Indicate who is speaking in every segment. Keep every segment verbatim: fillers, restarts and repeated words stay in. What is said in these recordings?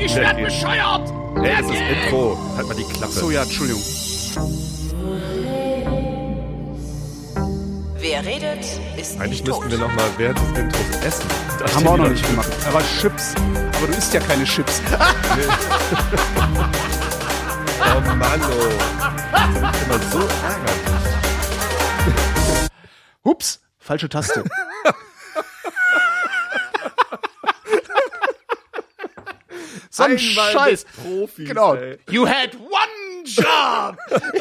Speaker 1: Ich werd bescheuert!
Speaker 2: Hey, das ist das Intro. Halt mal die Klappe.
Speaker 1: So, ja, Entschuldigung.
Speaker 3: Wer redet, ist
Speaker 2: Eigentlich
Speaker 3: nicht
Speaker 2: müssten
Speaker 3: tot.
Speaker 2: wir noch mal während des Intros essen.
Speaker 1: Das haben wir auch noch nicht gemacht. Aber Chips. Aber du isst ja keine Chips.
Speaker 2: Oh Mann, oh. Das ist immer so ärgerlich.
Speaker 1: Hups, falsche Taste. So ein Scheiß.
Speaker 2: Profis,
Speaker 1: Genau.
Speaker 2: ey.
Speaker 1: You had one job.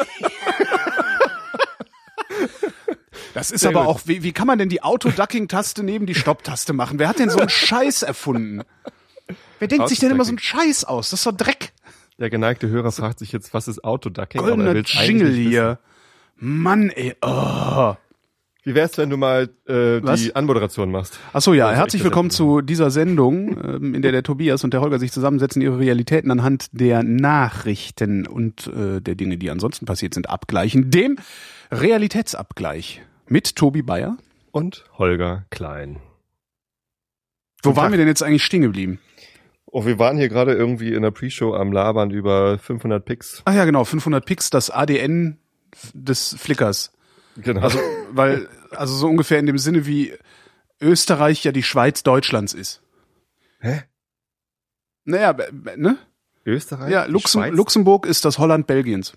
Speaker 1: Das ist
Speaker 2: Sehr
Speaker 1: aber
Speaker 2: gut.
Speaker 1: auch, wie, wie kann man denn die Auto-Ducking-Taste neben die Stopp-Taste machen? Wer hat denn so einen Scheiß erfunden? Wer denkt sich denn immer so einen Scheiß aus? Das ist doch Dreck.
Speaker 2: Der geneigte Hörer fragt sich jetzt, was ist Autoducking? aber er
Speaker 1: Goldener
Speaker 2: will's eigentlich
Speaker 1: Jingle
Speaker 2: nicht
Speaker 1: hier. Mann, ey. Oh.
Speaker 2: Wie wär's, wenn du mal äh,
Speaker 1: Was?
Speaker 2: die Anmoderation machst?
Speaker 1: Achso, ja,
Speaker 2: Also
Speaker 1: herzlich
Speaker 2: ich das
Speaker 1: willkommen
Speaker 2: jetzt-
Speaker 1: zu dieser Sendung, ähm, in der der Tobias und der Holger sich zusammensetzen, ihre Realitäten anhand der Nachrichten und äh, der Dinge, die ansonsten passiert sind, abgleichen. Dem Realitätsabgleich mit Tobi Bayer.
Speaker 2: Und Holger Klein.
Speaker 1: Wo
Speaker 2: Guten
Speaker 1: waren
Speaker 2: Tag.
Speaker 1: wir denn jetzt eigentlich stehen geblieben?
Speaker 2: Oh, wir waren hier gerade irgendwie in der Pre-Show am Labern über fünfhundert Pix.
Speaker 1: Ach ja, genau, fünfhundert Pix, das A D N des Flickers.
Speaker 2: Genau.
Speaker 1: Also, weil, also so ungefähr in dem Sinne, wie Österreich ja die Schweiz Deutschlands ist.
Speaker 2: Hä?
Speaker 1: Naja, b- b- ne?
Speaker 2: Österreich?
Speaker 1: Ja,
Speaker 2: Die
Speaker 1: Luxem,
Speaker 2: Schweiz?
Speaker 1: Luxemburg ist das Holland Belgiens.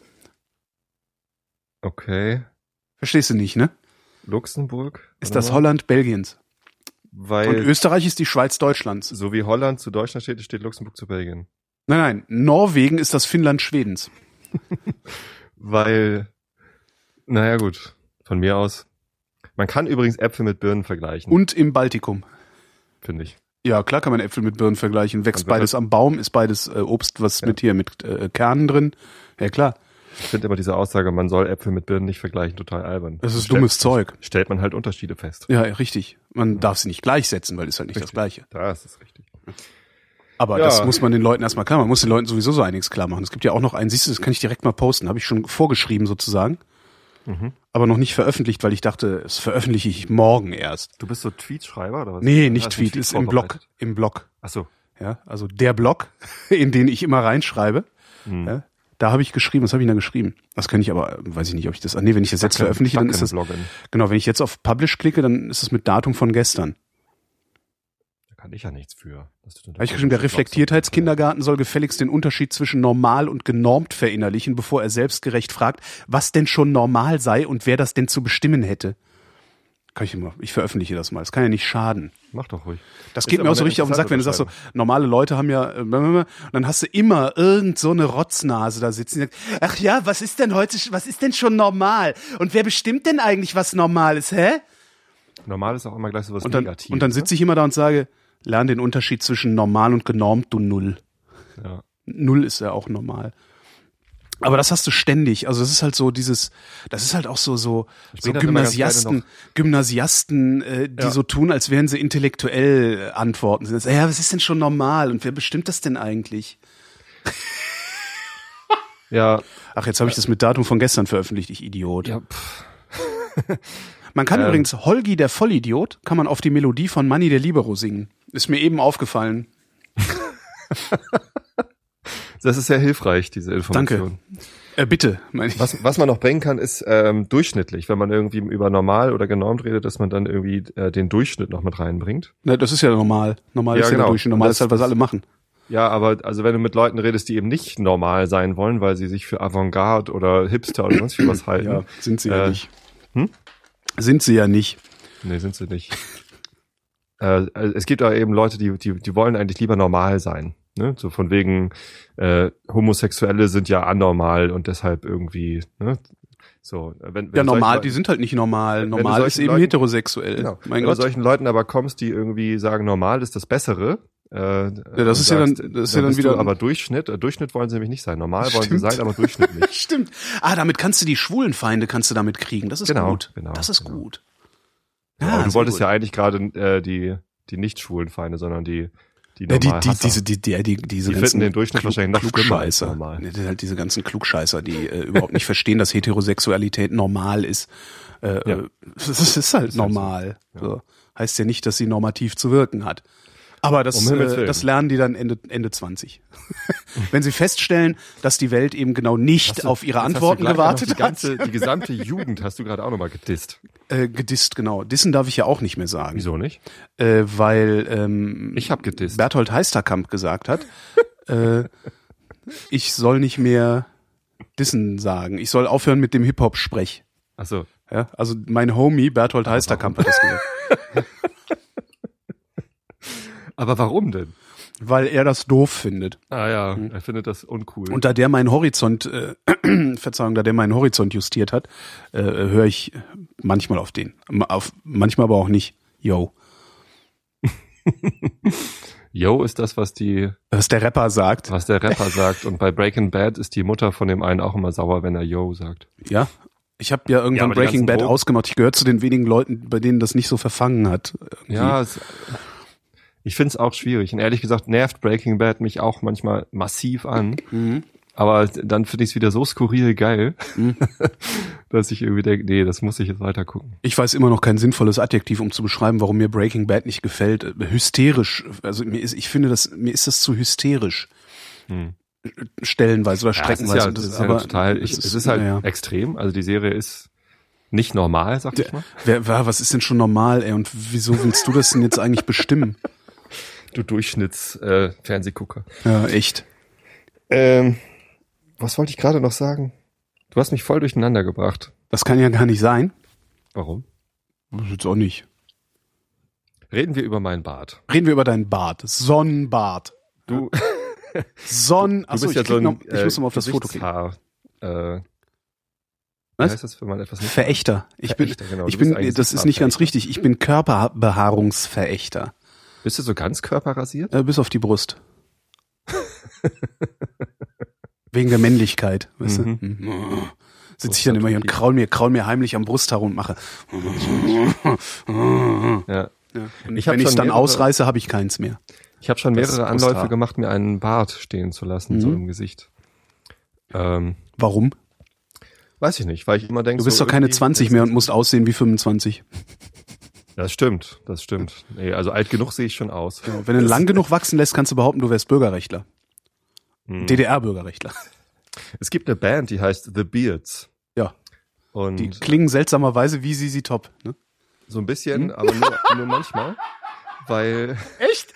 Speaker 2: Okay.
Speaker 1: Verstehst du nicht, ne?
Speaker 2: Luxemburg?
Speaker 1: Ist
Speaker 2: Warte
Speaker 1: das
Speaker 2: mal.
Speaker 1: Holland Belgiens.
Speaker 2: Weil
Speaker 1: Und Österreich ist die Schweiz Deutschlands.
Speaker 2: so wie Holland zu Deutschland steht, steht Luxemburg zu Belgien.
Speaker 1: Nein, nein, Norwegen ist das Finnland Schwedens.
Speaker 2: Weil, naja gut, von mir aus. Man kann übrigens Äpfel mit Birnen vergleichen,
Speaker 1: Und im Baltikum.
Speaker 2: finde ich.
Speaker 1: Ja, klar kann man Äpfel mit Birnen vergleichen. Wächst
Speaker 2: Und wenn
Speaker 1: beides am Baum, ist beides äh, Obst, was
Speaker 2: Ja.
Speaker 1: mit hier, mit äh, Kernen drin. Ja, klar.
Speaker 2: Ich finde immer diese Aussage, man soll Äpfel mit Birnen nicht vergleichen, total albern.
Speaker 1: Das ist
Speaker 2: Stellt-
Speaker 1: dummes Zeug.
Speaker 2: Stellt man halt Unterschiede fest.
Speaker 1: Ja, richtig. Man darf sie nicht gleichsetzen, weil ist halt nicht das
Speaker 2: Richtig.
Speaker 1: Gleiche.
Speaker 2: Das ist richtig.
Speaker 1: Aber
Speaker 2: Ja.
Speaker 1: das muss man den Leuten erstmal klar machen. Man muss den Leuten sowieso so einiges klar machen. Es gibt ja auch noch einen, siehst du, das kann ich direkt mal posten. Habe ich schon vorgeschrieben sozusagen.
Speaker 2: Mhm.
Speaker 1: Aber noch nicht veröffentlicht, weil ich dachte, das veröffentliche ich morgen erst.
Speaker 2: Du bist so Tweetschreiber oder was?
Speaker 1: Nee, nicht
Speaker 2: Hast du einen
Speaker 1: Tweet, ist im Blog.
Speaker 2: vorbereitet?
Speaker 1: Im Blog.
Speaker 2: Ach so.
Speaker 1: Ja, also der Blog, in den ich immer reinschreibe.
Speaker 2: Mhm.
Speaker 1: Ja, da habe ich geschrieben, was habe ich da geschrieben? Das kann ich aber, weiß ich nicht, ob ich das, ah, nee, wenn ich das jetzt veröffentliche, dann ist das,
Speaker 2: Bloggen.
Speaker 1: genau, wenn ich jetzt auf Publish klicke, dann ist es mit Datum von gestern.
Speaker 2: Da kann ich ja nichts für. Das ist
Speaker 1: Da habe ich geschrieben, der Reflektiertheitskindergarten soll gefälligst den Unterschied zwischen normal und genormt verinnerlichen, bevor er selbstgerecht fragt, was denn schon normal sei und wer das denn zu bestimmen hätte. Kann ich immer, ich veröffentliche das mal, das kann ja nicht schaden.
Speaker 2: Mach doch ruhig.
Speaker 1: Das
Speaker 2: Ist
Speaker 1: geht mir
Speaker 2: aber
Speaker 1: auch so
Speaker 2: eine
Speaker 1: richtig auf den Sack, wenn du sagst so, normale Leute haben ja, äh, und dann hast du immer irgend so eine Rotznase da sitzen, die sagt, ach ja, was ist denn heute, was ist denn schon normal? Und wer bestimmt denn eigentlich, was normal ist, hä?
Speaker 2: Normal ist auch immer gleich so was
Speaker 1: Und dann,
Speaker 2: Negatives.
Speaker 1: und dann sitze ich immer da und sage, lern den Unterschied zwischen normal und genormt, du Null.
Speaker 2: Ja.
Speaker 1: Null ist ja auch normal. Aber das hast du ständig. Also das ist halt so dieses, das ist halt auch so so,
Speaker 2: Ich
Speaker 1: so
Speaker 2: bring dann immer ganz gerne
Speaker 1: Gymnasiasten,
Speaker 2: noch-
Speaker 1: Gymnasiasten, äh, die
Speaker 2: Ja.
Speaker 1: so tun, als wären sie intellektuell äh, antworten. Sie sagen, ja, was ist denn schon normal und wer bestimmt das denn eigentlich?
Speaker 2: Ja,
Speaker 1: Ach, jetzt habe ich das mit Datum von gestern veröffentlicht, ich Idiot.
Speaker 2: ja, pff.
Speaker 1: Man kann
Speaker 2: Ähm.
Speaker 1: übrigens Holgi der Vollidiot, kann man auf die Melodie von Manni der Libero singen. Ist mir eben aufgefallen.
Speaker 2: Das ist sehr hilfreich, diese Information.
Speaker 1: Äh, bitte, meine ich.
Speaker 2: Was, was man noch bringen kann, ist ähm, durchschnittlich, wenn man irgendwie über normal oder genormt redet, dass man dann irgendwie äh, den Durchschnitt noch mit reinbringt.
Speaker 1: Na, das ist ja normal. Normal
Speaker 2: Ja,
Speaker 1: ist ja
Speaker 2: genau.
Speaker 1: der Durchschnitt. Normal
Speaker 2: Das-
Speaker 1: ist halt, was alle machen.
Speaker 2: Ja, aber also wenn du mit Leuten redest, die eben nicht normal sein wollen, weil sie sich für Avantgarde oder Hipster oder sonst wie was halten.
Speaker 1: Ja, sind sie ja
Speaker 2: Äh,
Speaker 1: nicht.
Speaker 2: hm?
Speaker 1: Sind sie ja nicht.
Speaker 2: Nee, sind sie nicht. äh, es gibt aber eben Leute, die, die, die wollen eigentlich lieber normal sein. Ne? So von wegen, äh, Homosexuelle sind ja anormal und deshalb irgendwie, ne? So, wenn, wenn
Speaker 1: Ja,
Speaker 2: du
Speaker 1: normal,
Speaker 2: solchen
Speaker 1: die sind halt nicht normal.
Speaker 2: Wenn du
Speaker 1: Normal ist
Speaker 2: solchen
Speaker 1: eben
Speaker 2: Leuten-
Speaker 1: heterosexuell.
Speaker 2: Genau.
Speaker 1: Mein
Speaker 2: Wenn
Speaker 1: Gott.
Speaker 2: du solchen Leuten aber kommst, die irgendwie sagen, normal ist das Bessere. Äh, ja,
Speaker 1: das ist ja dann- das ist ja dann
Speaker 2: bist
Speaker 1: wieder-
Speaker 2: Du aber Durchschnitt. Äh, Durchschnitt wollen sie nämlich nicht sein. Normal wollen sie
Speaker 1: Stimmt.
Speaker 2: sein, aber Durchschnitt nicht.
Speaker 1: Stimmt. Ah, damit kannst du die Schwulenfeinde kannst du damit kriegen. Das ist
Speaker 2: Genau,
Speaker 1: gut.
Speaker 2: genau,
Speaker 1: das ist
Speaker 2: genau.
Speaker 1: gut.
Speaker 2: Ja, aber du
Speaker 1: sehr
Speaker 2: wolltest
Speaker 1: gut.
Speaker 2: ja eigentlich gerade äh, die die nicht schwulen Feinde, sondern die die
Speaker 1: Ja, die,
Speaker 2: normal
Speaker 1: die,
Speaker 2: Hasser.
Speaker 1: diese, die, die, die, diese
Speaker 2: Die
Speaker 1: ganzen
Speaker 2: finden den Durchschnitt wahrscheinlich noch schlimmer als
Speaker 1: Klugscheißer.
Speaker 2: normal.
Speaker 1: Nee, das sind halt diese ganzen Klugscheißer, die äh, überhaupt nicht verstehen, dass Heterosexualität normal ist. Äh,
Speaker 2: Ja.
Speaker 1: äh, das ist halt
Speaker 2: Ist halt
Speaker 1: normal.
Speaker 2: so.
Speaker 1: So. Heißt ja nicht, dass sie normativ zu wirken hat. Aber das,
Speaker 2: Um Himmels
Speaker 1: äh,
Speaker 2: Willen.
Speaker 1: das lernen die dann Ende, Ende zwanzig. Wenn sie feststellen, dass die Welt eben genau nicht
Speaker 2: du-
Speaker 1: auf ihre
Speaker 2: jetzt hast du
Speaker 1: Antworten
Speaker 2: gleich
Speaker 1: gewartet
Speaker 2: noch die ganze, Die gesamte Jugend hast du gerade auch nochmal gedisst.
Speaker 1: hat. Äh, gedisst, genau. Dissen darf ich ja auch nicht mehr sagen.
Speaker 2: Wieso nicht?
Speaker 1: Äh, weil ähm,
Speaker 2: Ich hab gedisst.
Speaker 1: Berthold Heisterkamp gesagt hat, äh, ich soll nicht mehr Dissen sagen. Ich soll aufhören mit dem Hip-Hop-Sprech.
Speaker 2: Ach so.
Speaker 1: Ja, also mein Homie Berthold Heisterkamp hat das gesagt.
Speaker 2: Aber warum denn?
Speaker 1: Weil er das doof findet.
Speaker 2: Ah ja, er findet das uncool.
Speaker 1: Und da der meinen Horizont, äh, Verzeihung, da der meinen Horizont justiert hat, äh, höre ich manchmal auf den. Auf, manchmal aber auch nicht. Yo.
Speaker 2: Yo ist das, was die,
Speaker 1: Was der Rapper sagt.
Speaker 2: was der Rapper sagt. Und bei Breaking Bad ist die Mutter von dem einen auch immer sauer, wenn er Yo sagt.
Speaker 1: Ja. Ich habe ja
Speaker 2: Ja,
Speaker 1: irgendwann
Speaker 2: aber die
Speaker 1: Breaking
Speaker 2: ganzen
Speaker 1: Bad
Speaker 2: Drogen-
Speaker 1: ausgemacht. Ich gehöre zu den wenigen Leuten, bei denen das nicht so verfangen hat. Irgendwie.
Speaker 2: Ja, es, ich finde es auch schwierig. Und ehrlich gesagt nervt Breaking Bad mich auch manchmal massiv an.
Speaker 1: Mhm.
Speaker 2: Aber dann finde ich es wieder so skurril geil,
Speaker 1: Mhm.
Speaker 2: dass ich irgendwie denke, nee, das muss ich jetzt weiter gucken.
Speaker 1: Ich weiß immer noch kein sinnvolles Adjektiv, um zu beschreiben, warum mir Breaking Bad nicht gefällt. Äh, Hysterisch. Also mir ist, ich finde das, mir ist das zu hysterisch.
Speaker 2: Hm.
Speaker 1: Stellenweise oder
Speaker 2: Ja, es ist
Speaker 1: streckenweise.
Speaker 2: ja, das ist ja total, ich, es ist halt
Speaker 1: ja.
Speaker 2: extrem. Also die Serie ist nicht normal, sag ich mal.
Speaker 1: Wer, wer, was ist denn schon normal, ey? Und wieso willst du das denn jetzt eigentlich bestimmen?
Speaker 2: Du Durchschnitts-Fernsehgucker.
Speaker 1: Ja, echt.
Speaker 2: Ähm, was wollte ich gerade noch sagen? Du hast mich voll durcheinander gebracht.
Speaker 1: Das kann ja gar nicht sein.
Speaker 2: Warum?
Speaker 1: Das ist jetzt auch nicht.
Speaker 2: Reden wir über meinen Bart.
Speaker 1: Reden wir über deinen Bart. Sonnenbart.
Speaker 2: Du,
Speaker 1: Sonn.
Speaker 2: du
Speaker 1: Achso,
Speaker 2: bist
Speaker 1: ich,
Speaker 2: ja
Speaker 1: klick
Speaker 2: so ein
Speaker 1: noch, ich muss noch mal auf das Foto klicken.
Speaker 2: Gesichtshaar, äh,
Speaker 1: Was?
Speaker 2: Wie heißt das, wenn man etwas nicht...
Speaker 1: Verächter. Ich bin,
Speaker 2: Verächter, genau.
Speaker 1: ich
Speaker 2: Du bist
Speaker 1: bin,
Speaker 2: eigentlich
Speaker 1: das ist nicht ganz richtig. Ich bin Körperbehaarungsverächter.
Speaker 2: Bist du so ganz körperrasiert?
Speaker 1: Äh, bis auf die Brust. Wegen der Männlichkeit, weißt
Speaker 2: Mhm.
Speaker 1: du? Mhm. Sitze
Speaker 2: So
Speaker 1: ich dann immer hier und
Speaker 2: Statuki.
Speaker 1: kraul mir, kraul mir heimlich am Brusthaar und mache.
Speaker 2: Ja.
Speaker 1: Ja. Und
Speaker 2: Ich hab
Speaker 1: wenn ich es
Speaker 2: schon
Speaker 1: dann
Speaker 2: mehrere-
Speaker 1: ausreiße, habe ich keins mehr.
Speaker 2: Ich habe schon
Speaker 1: Das
Speaker 2: mehrere
Speaker 1: Brusthaar.
Speaker 2: Anläufe gemacht, mir einen Bart stehen zu lassen, so
Speaker 1: Mhm.
Speaker 2: im Gesicht. Ähm,
Speaker 1: Warum?
Speaker 2: weiß ich nicht, weil ich immer denke,
Speaker 1: Du bist
Speaker 2: so
Speaker 1: doch keine
Speaker 2: irgendwie-
Speaker 1: zwanzig mehr und musst aussehen wie fünfundzwanzig.
Speaker 2: Das stimmt, das stimmt. Nee, also alt genug sehe ich schon aus.
Speaker 1: Ja, wenn du lang genug wachsen lässt, kannst du behaupten, du wärst Bürgerrechtler.
Speaker 2: Hm.
Speaker 1: D D R-Bürgerrechtler.
Speaker 2: Es gibt eine Band, die heißt The Beards.
Speaker 1: Ja.
Speaker 2: Und
Speaker 1: Die klingen seltsamerweise wie Sisi Top. Ne?
Speaker 2: so ein bisschen, aber nur, nur manchmal, weil,
Speaker 1: Echt?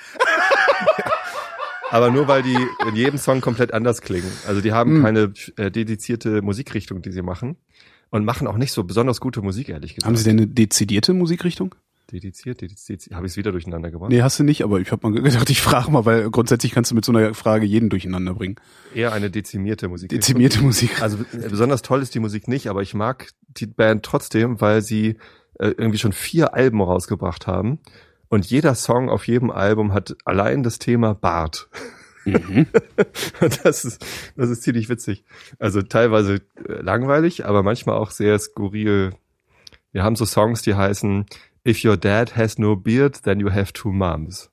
Speaker 2: aber nur weil die in jedem Song komplett anders klingen. Also die haben
Speaker 1: Hm.
Speaker 2: keine äh, dedizierte Musikrichtung, die sie machen und machen auch nicht so besonders gute Musik, ehrlich gesagt.
Speaker 1: Haben sie denn eine dezidierte Musikrichtung?
Speaker 2: dediziert, dediziert, habe ich es wieder durcheinander gebracht?
Speaker 1: Nee, hast du nicht, aber ich habe mal gedacht, ich frage mal, weil grundsätzlich kannst du mit so einer Frage jeden durcheinander bringen.
Speaker 2: Eher eine dezimierte Musik.
Speaker 1: Dezimierte Musik.
Speaker 2: Also äh, besonders toll ist die Musik nicht, aber ich mag die Band trotzdem, weil sie äh, irgendwie schon vier Alben rausgebracht haben und jeder Song auf jedem Album hat allein das Thema Bart.
Speaker 1: Mhm.
Speaker 2: Und das ist, das ist ziemlich witzig. Also teilweise äh, langweilig, aber manchmal auch sehr skurril. Wir haben so Songs, die heißen If your dad has no beard, then you have two moms.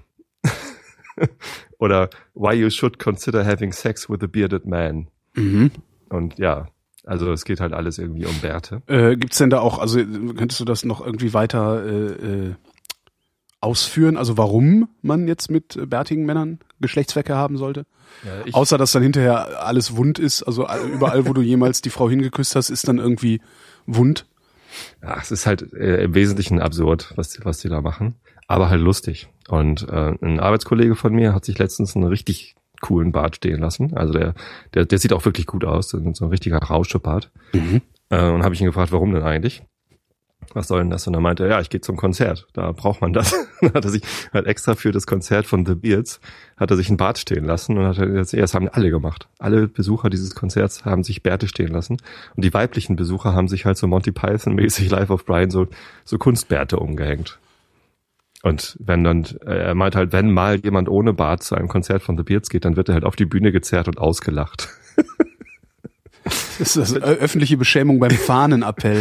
Speaker 2: Oder Why you should consider having sex with a bearded man.
Speaker 1: Mhm.
Speaker 2: Und ja, also es geht halt alles irgendwie um Bärte.
Speaker 1: Äh, gibt's denn da auch, also könntest du das noch irgendwie weiter äh, äh, ausführen? Also warum man jetzt mit äh, bärtigen Männern Geschlechtsverkehr haben sollte?
Speaker 2: Ja, ich,
Speaker 1: Außer, dass dann hinterher alles wund ist. Also all- überall, wo du jemals die Frau hingeküsst hast, ist dann irgendwie wund.
Speaker 2: ja, es ist halt äh, im Wesentlichen absurd, was, was die da machen, aber halt lustig. Und äh, ein Arbeitskollege von mir hat sich letztens einen richtig coolen Bart stehen lassen. Also der, der, der sieht auch wirklich gut aus. Das ist so ein richtiger Rauschebart.
Speaker 1: Mhm.
Speaker 2: Äh, und habe ich ihn gefragt, warum denn eigentlich? Was soll denn das? Und er meinte, ja, ich gehe zum Konzert. Da braucht man das. Dann hat er sich halt extra für das Konzert von The Beards hat er sich einen Bart stehen lassen und hat jetzt, ja, das haben alle gemacht. Alle Besucher dieses Konzerts haben sich Bärte stehen lassen. Und die weiblichen Besucher haben sich halt so Monty Python-mäßig Live of Brian so, so Kunstbärte umgehängt. Und wenn dann, äh, er meint halt, wenn mal jemand ohne Bart zu einem Konzert von The Beards geht, dann wird er halt auf die Bühne gezerrt und ausgelacht.
Speaker 1: Das ist das öffentliche Beschämung beim Fahnenappell.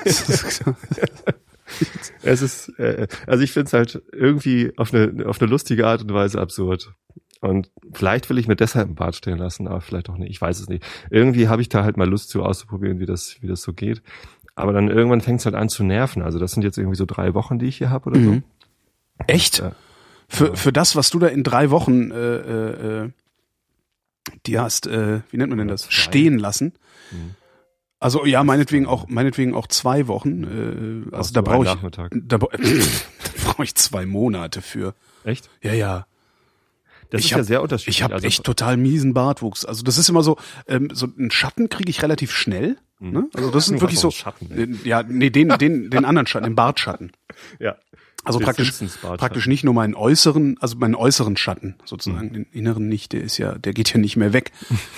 Speaker 2: Es ist, äh, also ich finde es halt irgendwie auf eine, auf eine lustige Art und Weise absurd. Und vielleicht will ich mir deshalb einen Bart stehen lassen, aber vielleicht auch nicht. Ich weiß es nicht. Irgendwie habe ich da halt mal Lust zu auszuprobieren, wie das, wie das so geht. Aber dann irgendwann fängt es halt an zu nerven. Also das sind jetzt irgendwie so drei Wochen, die ich hier habe oder so.
Speaker 1: Mhm. Echt?
Speaker 2: Ja.
Speaker 1: Für,
Speaker 2: Ja.
Speaker 1: für das, was du da in drei Wochen äh, äh, die hast, äh, wie nennt man denn das,
Speaker 2: Zwei.
Speaker 1: stehen lassen.
Speaker 2: Mhm.
Speaker 1: Also ja, meinetwegen auch, meinetwegen auch zwei Wochen. Äh, also
Speaker 2: Brauchst
Speaker 1: da
Speaker 2: du
Speaker 1: brauche
Speaker 2: einen
Speaker 1: ich,
Speaker 2: Nachmittag?
Speaker 1: da, bra- da brauche ich zwei Monate für.
Speaker 2: Echt?
Speaker 1: Ja, ja.
Speaker 2: Das
Speaker 1: Ich
Speaker 2: ist
Speaker 1: hab-
Speaker 2: ja sehr unterschiedlich.
Speaker 1: Ich habe
Speaker 2: also,
Speaker 1: echt total miesen Bartwuchs. Also das ist immer so, ähm, so einen Schatten kriege ich relativ schnell. Ne? Also das sind
Speaker 2: Du
Speaker 1: wirklich
Speaker 2: hast
Speaker 1: so,
Speaker 2: auch einen Schatten, ey.
Speaker 1: äh, ja, nee, den, den, den anderen Schatten, den Bartschatten.
Speaker 2: Ja.
Speaker 1: Also
Speaker 2: Der
Speaker 1: praktisch,
Speaker 2: Simpsons-Bartschatten.
Speaker 1: praktisch nicht nur meinen äußeren, also meinen äußeren Schatten sozusagen,
Speaker 2: Mhm.
Speaker 1: den inneren nicht, der ist ja, der geht ja nicht mehr weg.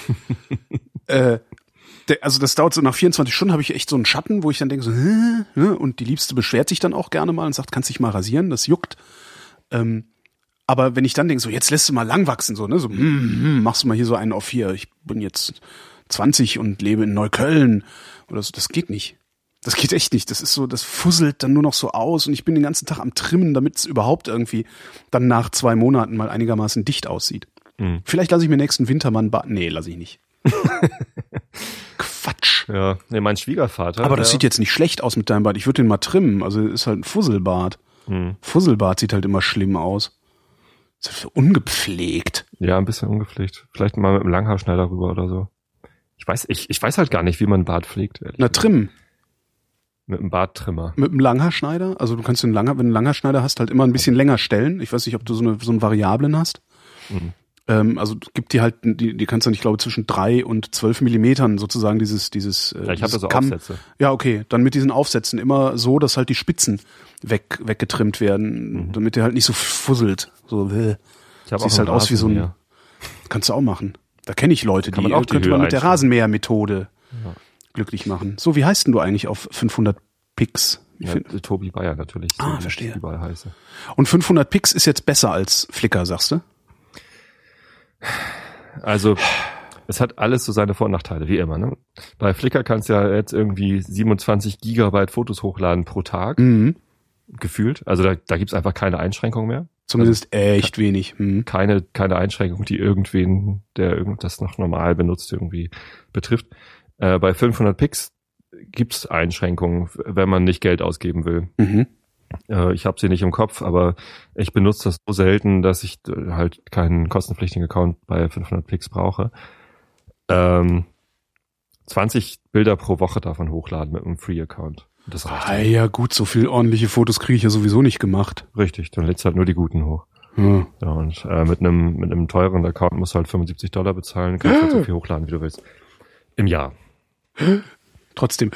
Speaker 1: äh, der, also das dauert so, nach vierundzwanzig Stunden habe ich echt so einen Schatten, wo ich dann denke so, hä? Ne? Und die Liebste beschwert sich dann auch gerne mal und sagt, kannst dich mal rasieren, das juckt. Ähm, aber wenn ich dann denke, so jetzt lässt du mal lang wachsen, so, ne, so, hm, hm, machst du mal hier so einen auf hier, ich bin jetzt zwanzig und lebe in Neukölln oder so, das geht nicht. Das geht echt nicht. Das ist so, das fusselt dann nur noch so aus und ich bin den ganzen Tag am Trimmen, damit es überhaupt irgendwie dann nach zwei Monaten mal einigermaßen dicht aussieht.
Speaker 2: Mhm.
Speaker 1: Vielleicht lasse ich mir nächsten Winter mal einen Bart. Nee, lasse ich nicht. Quatsch.
Speaker 2: Ja, nee, mein Schwiegervater.
Speaker 1: Aber das
Speaker 2: der,
Speaker 1: sieht jetzt nicht schlecht aus mit deinem Bart. Ich würde den mal trimmen. Also ist halt ein Fusselbart.
Speaker 2: Mhm.
Speaker 1: Fusselbart sieht halt immer schlimm aus. Ist halt so ungepflegt.
Speaker 2: Ja, ein bisschen ungepflegt. Vielleicht mal mit einem Langhaarschneider rüber oder so. Ich weiß, ich, ich weiß halt gar nicht, wie man einen Bart pflegt. ehrlich
Speaker 1: Na,
Speaker 2: gesagt.
Speaker 1: trimmen.
Speaker 2: Mit einem Barttrimmer.
Speaker 1: Mit einem Langhaarschneider. Also du kannst den Langhaar, wenn du einen Langhaarschneider hast, halt immer ein bisschen länger stellen. Ich weiß nicht, ob du so eine, so einen Variablen hast.
Speaker 2: Mhm.
Speaker 1: Ähm, also gibt die halt, die, die kannst du, ich glaube, zwischen drei und zwölf Millimetern sozusagen dieses, dieses, äh,
Speaker 2: Ja, ich habe
Speaker 1: dieses
Speaker 2: da so
Speaker 1: Kamm.
Speaker 2: Aufsätze.
Speaker 1: Ja, okay. Dann mit diesen Aufsätzen immer so, dass halt die Spitzen weg, weggetrimmt werden,
Speaker 2: Mhm.
Speaker 1: damit der halt nicht so fusselt. So, äh.
Speaker 2: Ich habe
Speaker 1: Siehst halt aus wie so ein,
Speaker 2: Rasenmäher.
Speaker 1: kannst du auch machen. Da kenne ich Leute,
Speaker 2: Kann
Speaker 1: die
Speaker 2: man auch die
Speaker 1: könnte
Speaker 2: Höhe
Speaker 1: man mit der
Speaker 2: einstellen.
Speaker 1: Rasenmäher-Methode
Speaker 2: Ja.
Speaker 1: glücklich machen. So, wie heißt denn du eigentlich auf fünfhundert Pix? Wie
Speaker 2: Ja,
Speaker 1: find-
Speaker 2: Tobi Bayer natürlich.
Speaker 1: Ah,
Speaker 2: wie ich
Speaker 1: verstehe.
Speaker 2: Überall heiße.
Speaker 1: Und fünfhundert Pix ist jetzt besser als Flickr, sagst du?
Speaker 2: Also, es hat alles so seine Vor- und Nachteile, wie immer. Ne? Bei Flickr kannst du ja jetzt irgendwie siebenundzwanzig Gigabyte Fotos hochladen pro Tag,
Speaker 1: Mhm.
Speaker 2: gefühlt. Also da, da gibt's einfach keine Einschränkung mehr.
Speaker 1: Zumindest echt wenig. Mhm.
Speaker 2: Keine, keine Einschränkung, die irgendwen, der irgend das noch normal benutzt, irgendwie betrifft. Äh, bei fünfhundert Pix gibt's Einschränkungen, wenn man nicht Geld ausgeben will.
Speaker 1: Mhm.
Speaker 2: Äh, ich habe sie nicht im Kopf, aber ich benutze das so selten, dass ich äh, halt keinen kostenpflichtigen Account bei fünfhundert Pix brauche. Ähm, zwanzig Bilder pro Woche davon hochladen mit einem Free-Account. Das reicht.
Speaker 1: Ah, ja gut, so viel ordentliche Fotos kriege ich ja sowieso nicht gemacht.
Speaker 2: Richtig, dann lädst du halt nur die guten hoch.
Speaker 1: Ja.
Speaker 2: Ja, und äh, mit einem mit einem teuren Account musst du halt fünfundsiebzig Dollar bezahlen, kannst halt so viel hochladen, wie du willst. Im Jahr.
Speaker 1: Trotzdem.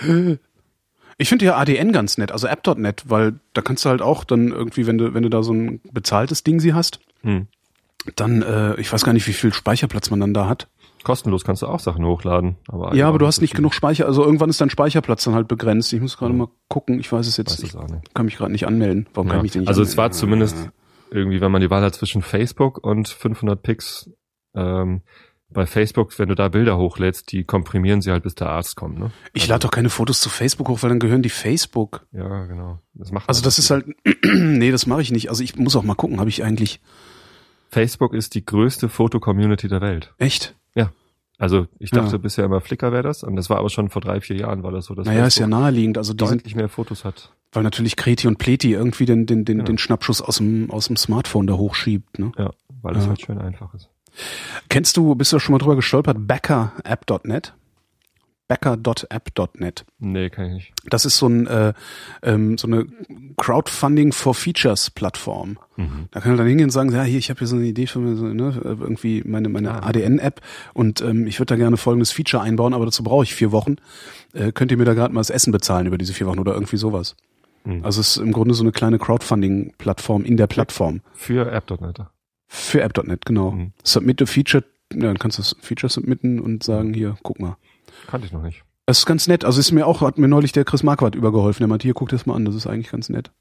Speaker 1: Ich finde ja A D N ganz nett, also App Punkt net, weil da kannst du halt auch dann irgendwie, wenn du wenn du da so ein bezahltes Ding sie hast,
Speaker 2: Hm.
Speaker 1: dann, äh, ich weiß gar nicht, wie viel Speicherplatz man dann da hat.
Speaker 2: Kostenlos kannst du auch Sachen hochladen. Aber
Speaker 1: Ja, aber du hast
Speaker 2: so
Speaker 1: nicht
Speaker 2: viel.
Speaker 1: genug Speicher, also irgendwann ist dein Speicherplatz dann halt begrenzt. Ich muss gerade mal gucken, ich weiß es jetzt,
Speaker 2: Weiß
Speaker 1: ich
Speaker 2: es auch nicht.
Speaker 1: kann mich gerade nicht anmelden. Warum
Speaker 2: Ja.
Speaker 1: kann ich mich denn nicht
Speaker 2: Also
Speaker 1: anmelden?
Speaker 2: es war zumindest irgendwie, wenn man die Wahl hat zwischen Facebook und fünfhundert Pix, ähm, bei Facebook, wenn du da Bilder hochlädst, die komprimieren sie halt, bis der Arzt kommt, ne?
Speaker 1: Ich lade doch keine Fotos zu Facebook hoch, weil dann gehören die Facebook.
Speaker 2: Ja, genau. Das macht
Speaker 1: Also das ist halt, nee, das mache ich nicht. Also ich muss auch mal gucken, habe ich eigentlich,
Speaker 2: Facebook ist die größte Foto-Community der Welt.
Speaker 1: echt?
Speaker 2: Also ich dachte
Speaker 1: Ja.
Speaker 2: bisher immer Flickr wäre das, und das war aber schon vor drei, vier Jahren war das so, dass
Speaker 1: Naja, ist ja
Speaker 2: Facebook
Speaker 1: naheliegend. Also die sind,
Speaker 2: deutlich mehr Fotos hat.
Speaker 1: weil natürlich Kreti und Pleti irgendwie den, den, den,
Speaker 2: Genau.
Speaker 1: den Schnappschuss aus dem, aus dem Smartphone da hochschiebt, ne?
Speaker 2: Ja, weil es
Speaker 1: Ja.
Speaker 2: halt schön einfach ist.
Speaker 1: Kennst du, bist du da schon mal drüber gestolpert, Backer App Punkt net? Backer Punkt app Punkt net.
Speaker 2: Nee, kann ich nicht.
Speaker 1: Das ist so ein äh, ähm, so eine Crowdfunding for Features Plattform.
Speaker 2: Mhm.
Speaker 1: Da kann er dann hingehen und sagen, ja, hier, ich habe hier so eine Idee für so, ne, irgendwie meine meine
Speaker 2: Ah.
Speaker 1: A D N-App und ähm, ich würde da gerne folgendes Feature einbauen, aber dazu brauche ich vier Wochen. Äh, könnt ihr mir da gerade mal das Essen bezahlen über diese vier Wochen oder irgendwie sowas?
Speaker 2: Mhm.
Speaker 1: Also es ist im Grunde so eine kleine Crowdfunding-Plattform in der Plattform.
Speaker 2: Für App Punkt net.
Speaker 1: Für App Punkt net, genau.
Speaker 2: Mhm.
Speaker 1: Submit a Feature, ja, dann kannst du das Feature submitten und sagen, hier, guck mal.
Speaker 2: Kannte ich noch nicht.
Speaker 1: Das ist ganz nett. Also ist mir auch, hat mir neulich der Chris Marquardt übergeholfen. Der meinte, hier, guck das mal an, das ist eigentlich ganz nett.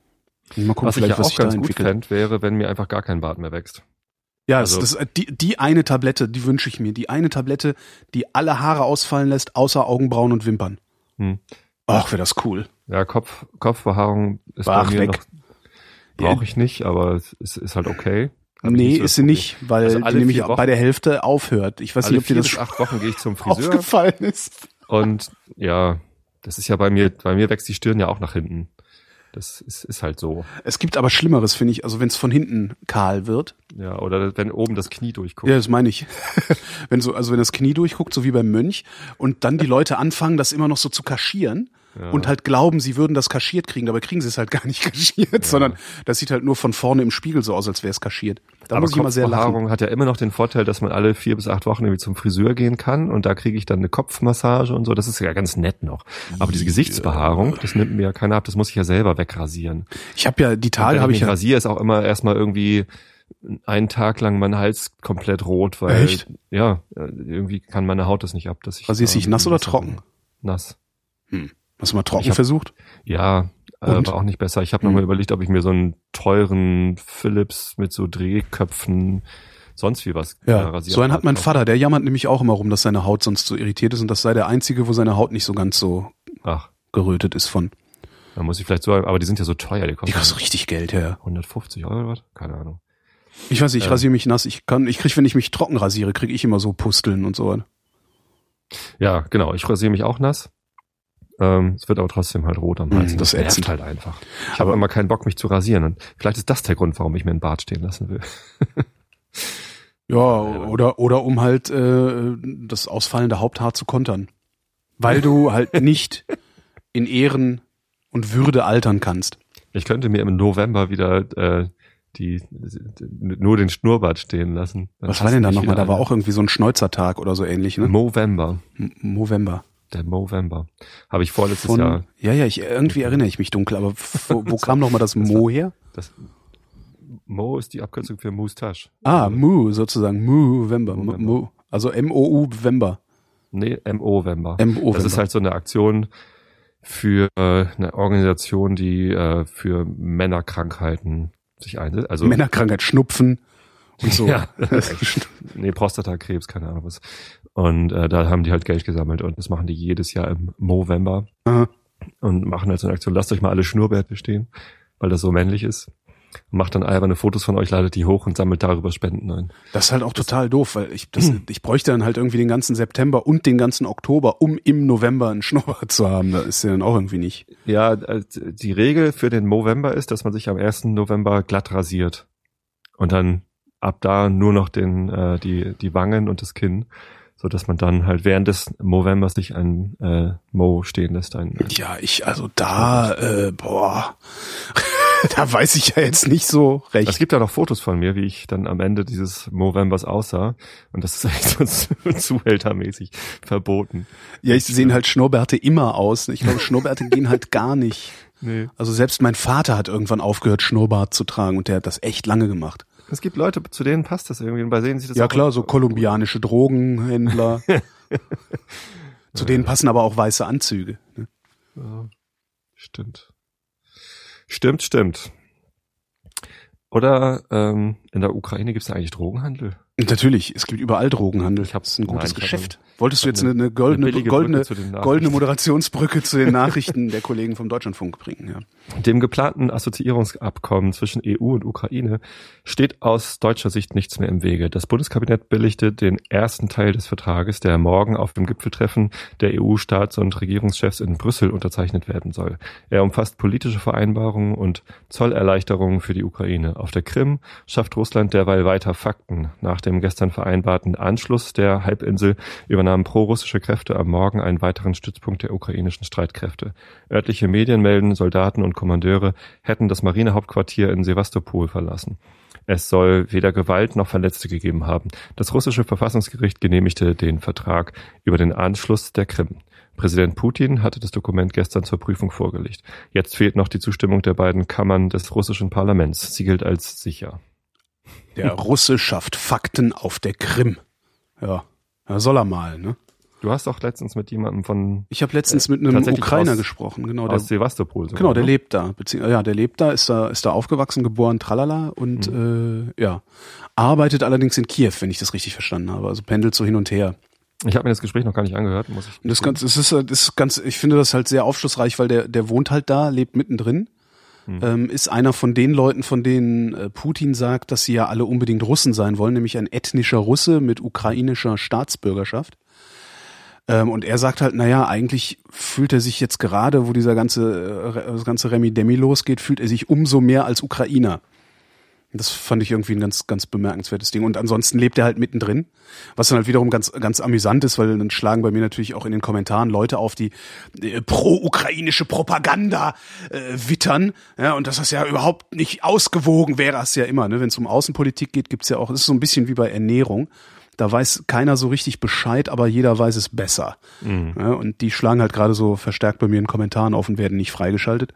Speaker 1: Mal gucken,
Speaker 2: Was ich
Speaker 1: vielleicht,
Speaker 2: ja
Speaker 1: was
Speaker 2: auch
Speaker 1: sich da
Speaker 2: ganz gut
Speaker 1: entwickelt.
Speaker 2: fände, wäre, wenn mir einfach gar kein Bart mehr wächst.
Speaker 1: Ja,
Speaker 2: also-
Speaker 1: das, das, die, die eine Tablette, die wünsche ich mir. Die eine Tablette, die alle Haare ausfallen lässt, außer Augenbrauen und Wimpern.
Speaker 2: Hm.
Speaker 1: Ach, wäre das cool.
Speaker 2: Ja, Kopf, Kopfbehaarung ist
Speaker 1: Ach,
Speaker 2: bei mir
Speaker 1: weg.
Speaker 2: noch, brauche ich nicht, aber es ist, ist halt okay. Hab ich
Speaker 1: Nee,
Speaker 2: nicht so
Speaker 1: ist
Speaker 2: das
Speaker 1: sie
Speaker 2: Problem.
Speaker 1: nicht, weil
Speaker 2: Also
Speaker 1: die
Speaker 2: alle
Speaker 1: nämlich
Speaker 2: vier Wochen-
Speaker 1: bei der Hälfte aufhört. Ich weiß
Speaker 2: Alle
Speaker 1: nicht, ob dir
Speaker 2: vier
Speaker 1: das
Speaker 2: bis
Speaker 1: schon
Speaker 2: acht Wochen gehe ich zum Friseur
Speaker 1: aufgefallen ist.
Speaker 2: und ja, das ist ja bei mir, bei mir wächst die Stirn ja auch nach hinten. Das ist, ist halt so.
Speaker 1: Es gibt aber Schlimmeres, finde ich, also wenn es von hinten kahl wird.
Speaker 2: Ja, oder wenn oben das Knie durchguckt.
Speaker 1: Ja, das meine ich. wenn so, also wenn das Knie durchguckt, so wie beim Mönch, und dann die Leute anfangen, das immer noch so zu kaschieren. Ja. Und halt glauben, sie würden das kaschiert kriegen, dabei kriegen sie es halt gar nicht kaschiert, ja. sondern das sieht halt nur von vorne im Spiegel so aus, als wäre es kaschiert. Da
Speaker 2: aber
Speaker 1: muss ich immer sehr lachen.
Speaker 2: Kopfbehaarung hat ja immer noch den Vorteil, dass man alle vier bis acht Wochen irgendwie zum Friseur gehen kann und da kriege ich dann eine Kopfmassage und so, das ist ja ganz nett noch. Aber diese Gesichtsbehaarung, das nimmt mir ja keiner ab, das muss ich ja selber wegrasieren.
Speaker 1: Ich habe ja, die Tage habe ich ja...
Speaker 2: Rasier ist auch immer erstmal irgendwie einen Tag lang mein Hals komplett rot, weil...
Speaker 1: Echt?
Speaker 2: Ja, irgendwie kann meine Haut das nicht ab. Dass ich
Speaker 1: Rasierst du dich nass oder trocken?
Speaker 2: Nass.
Speaker 1: Hm. Hast du mal trocken
Speaker 2: hab,
Speaker 1: versucht?
Speaker 2: Ja, äh, war auch nicht besser. Ich habe hm. noch mal überlegt, ob ich mir so einen teuren Philips mit so Drehköpfen, sonst wie was
Speaker 1: ja,
Speaker 2: rasiert.
Speaker 1: So einen hat mein Vater, der jammert nämlich auch immer rum, dass seine Haut sonst so irritiert ist und das sei der einzige, wo seine Haut nicht so ganz so
Speaker 2: Ach.
Speaker 1: gerötet ist von.
Speaker 2: Da muss ich vielleicht so, aber die sind ja so teuer. Die kosten,
Speaker 1: die kosten richtig Geld, ja.
Speaker 2: hundertfünfzig Euro oder was? Keine Ahnung.
Speaker 1: Ich weiß nicht, ich
Speaker 2: äh,
Speaker 1: rasiere mich nass. Ich kann, ich krieg, wenn ich mich trocken rasiere, kriege ich immer so Pusteln und so.
Speaker 2: Ja, genau. Ich rasiere mich auch nass. Ähm, es wird aber trotzdem halt rot am Hals.
Speaker 1: Mm, das
Speaker 2: nervt
Speaker 1: ätzend
Speaker 2: halt einfach. Ich habe immer keinen Bock, mich zu rasieren. Und vielleicht ist das der Grund, warum ich mir einen Bart stehen lassen will.
Speaker 1: Ja, oder oder um halt äh, das ausfallende Haupthaar zu kontern. Weil du halt nicht in Ehren und Würde altern kannst.
Speaker 2: Ich könnte mir im November wieder äh, die, die nur den Schnurrbart stehen lassen. Dann
Speaker 1: was war denn da nochmal? Da war auch irgendwie so ein Schneuzertag oder so ähnlich, ne?
Speaker 2: Movember.
Speaker 1: Movember.
Speaker 2: Der Movember. Habe ich vorletztes
Speaker 1: Von,
Speaker 2: Jahr.
Speaker 1: Ja, ja, ich irgendwie erinnere ich mich dunkel, aber wo, wo kam nochmal das Mo her?
Speaker 2: Das Mo ist die Abkürzung für Moustache.
Speaker 1: Ah, Mu sozusagen. Movember. Mo, also M O U Vember.
Speaker 2: Nee, M O-Vember.
Speaker 1: M O-Vember.
Speaker 2: Das ist halt so eine Aktion für äh, eine Organisation, die äh, für Männerkrankheiten sich einsetzt. Also
Speaker 1: Männerkrankheit, Schnupfen und so.
Speaker 2: Ja. Nee, Prostatakrebs, keine Ahnung was. Und äh, da haben die halt Geld gesammelt und das machen die jedes Jahr im Movember.
Speaker 1: Aha.
Speaker 2: Und machen halt so eine Aktion, lasst euch mal alle Schnurrbärte stehen, weil das so männlich ist. Macht dann alberne Fotos von euch, ladet die hoch und sammelt darüber Spenden ein.
Speaker 1: Das ist halt auch total doof, weil ich das, ich bräuchte dann halt irgendwie den ganzen September und den ganzen Oktober, um im November einen Schnurrbart zu haben. Da ist ja dann auch irgendwie nicht.
Speaker 2: Ja, die Regel für den Movember ist, dass man sich am ersten November glatt rasiert. Und dann ab da nur noch den äh, die die Wangen und das Kinn, so dass man dann halt während des Movembers sich ein äh, Mo stehen lässt. Ein, ein
Speaker 1: ja, ich also da, äh, boah, da weiß ich ja jetzt nicht so recht.
Speaker 2: Es gibt ja noch Fotos von mir, wie ich dann am Ende dieses Movembers aussah. Und das ist echt so zuhältermäßig verboten.
Speaker 1: Ja, ich sehen halt Schnurrbärte immer aus. Ich glaube, Schnurrbärte gehen halt gar nicht.
Speaker 2: Nee.
Speaker 1: Also selbst mein Vater hat irgendwann aufgehört, Schnurrbart zu tragen und der hat das echt lange gemacht.
Speaker 2: Es gibt Leute, zu denen passt das irgendwie und bei denen sieht das
Speaker 1: ja
Speaker 2: auch
Speaker 1: klar, so kolumbianische Drogenhändler. Zu denen passen aber auch weiße Anzüge. Ne?
Speaker 2: Ja, stimmt. Stimmt, stimmt. Oder ähm, in der Ukraine gibt es da eigentlich Drogenhandel?
Speaker 1: Natürlich, es gibt überall Drogenhandel.
Speaker 2: Ich hab's,
Speaker 1: das ist ein gutes
Speaker 2: nein,
Speaker 1: Geschäft.
Speaker 2: Eine,
Speaker 1: Wolltest du jetzt eine, eine goldene,
Speaker 2: eine
Speaker 1: goldene, goldene
Speaker 2: Nachrichten.
Speaker 1: Moderationsbrücke zu den Nachrichten der Kollegen vom Deutschlandfunk bringen? Ja.
Speaker 2: Dem geplanten Assoziierungsabkommen zwischen E U und Ukraine steht aus deutscher Sicht nichts mehr im Wege. Das Bundeskabinett billigte den ersten Teil des Vertrages, der morgen auf dem Gipfeltreffen der E U-Staats- und Regierungschefs in Brüssel unterzeichnet werden soll. Er umfasst politische Vereinbarungen und Zollerleichterungen für die Ukraine. Auf der Krim schafft Russland derweil weiter Fakten. Nach dem gestern vereinbarten Anschluss der Halbinsel übernahmen pro-russische Kräfte am Morgen einen weiteren Stützpunkt der ukrainischen Streitkräfte. Örtliche Medien melden, Soldaten und Kommandeure hätten das Marinehauptquartier in Sewastopol verlassen. Es soll weder Gewalt noch Verletzte gegeben haben. Das russische Verfassungsgericht genehmigte den Vertrag über den Anschluss der Krim. Präsident Putin hatte das Dokument gestern zur Prüfung vorgelegt. Jetzt fehlt noch die Zustimmung der beiden Kammern des russischen Parlaments. Sie gilt als sicher.
Speaker 1: Der Russe schafft Fakten auf der Krim. Ja, ja soll er mal, ne?
Speaker 2: Du hast doch letztens mit jemandem von...
Speaker 1: Ich habe letztens mit einem Ukrainer aus, gesprochen. Genau, der,
Speaker 2: aus Sevastopol. Sogar,
Speaker 1: genau, der
Speaker 2: ne?
Speaker 1: lebt da. Beziehungsweise, ja, der lebt da, ist da, ist da aufgewachsen, geboren, tralala und mhm. äh, ja, arbeitet allerdings in Kiew, wenn ich das richtig verstanden habe. Also pendelt so hin und her.
Speaker 2: Ich habe mir das Gespräch noch gar nicht angehört, muss ich.
Speaker 1: Das ganz, es ist, das ist ganz, ich finde das halt sehr aufschlussreich, weil der, der wohnt halt da, lebt mittendrin. Hm. Ähm, ist einer von den Leuten, von denen äh, Putin sagt, dass sie ja alle unbedingt Russen sein wollen, nämlich ein ethnischer Russe mit ukrainischer Staatsbürgerschaft. Ähm, und er sagt halt, naja, eigentlich fühlt er sich jetzt gerade, wo dieser ganze, äh, das ganze Remi-Demi losgeht, fühlt er sich umso mehr als Ukrainer. Das fand ich irgendwie ein ganz, ganz bemerkenswertes Ding. Und ansonsten lebt er halt mittendrin, was dann halt wiederum ganz, ganz amüsant ist, weil dann schlagen bei mir natürlich auch in den Kommentaren Leute auf, die äh, pro-ukrainische Propaganda äh, wittern. Ja, und dass das ja überhaupt nicht ausgewogen wäre, das ja immer, ne? Wenn es um Außenpolitik geht, gibt's ja auch, das ist so ein bisschen wie bei Ernährung. Da weiß keiner so richtig Bescheid, aber jeder weiß es besser. Mhm. Ja, und die schlagen halt gerade so verstärkt bei mir in Kommentaren auf und werden nicht freigeschaltet.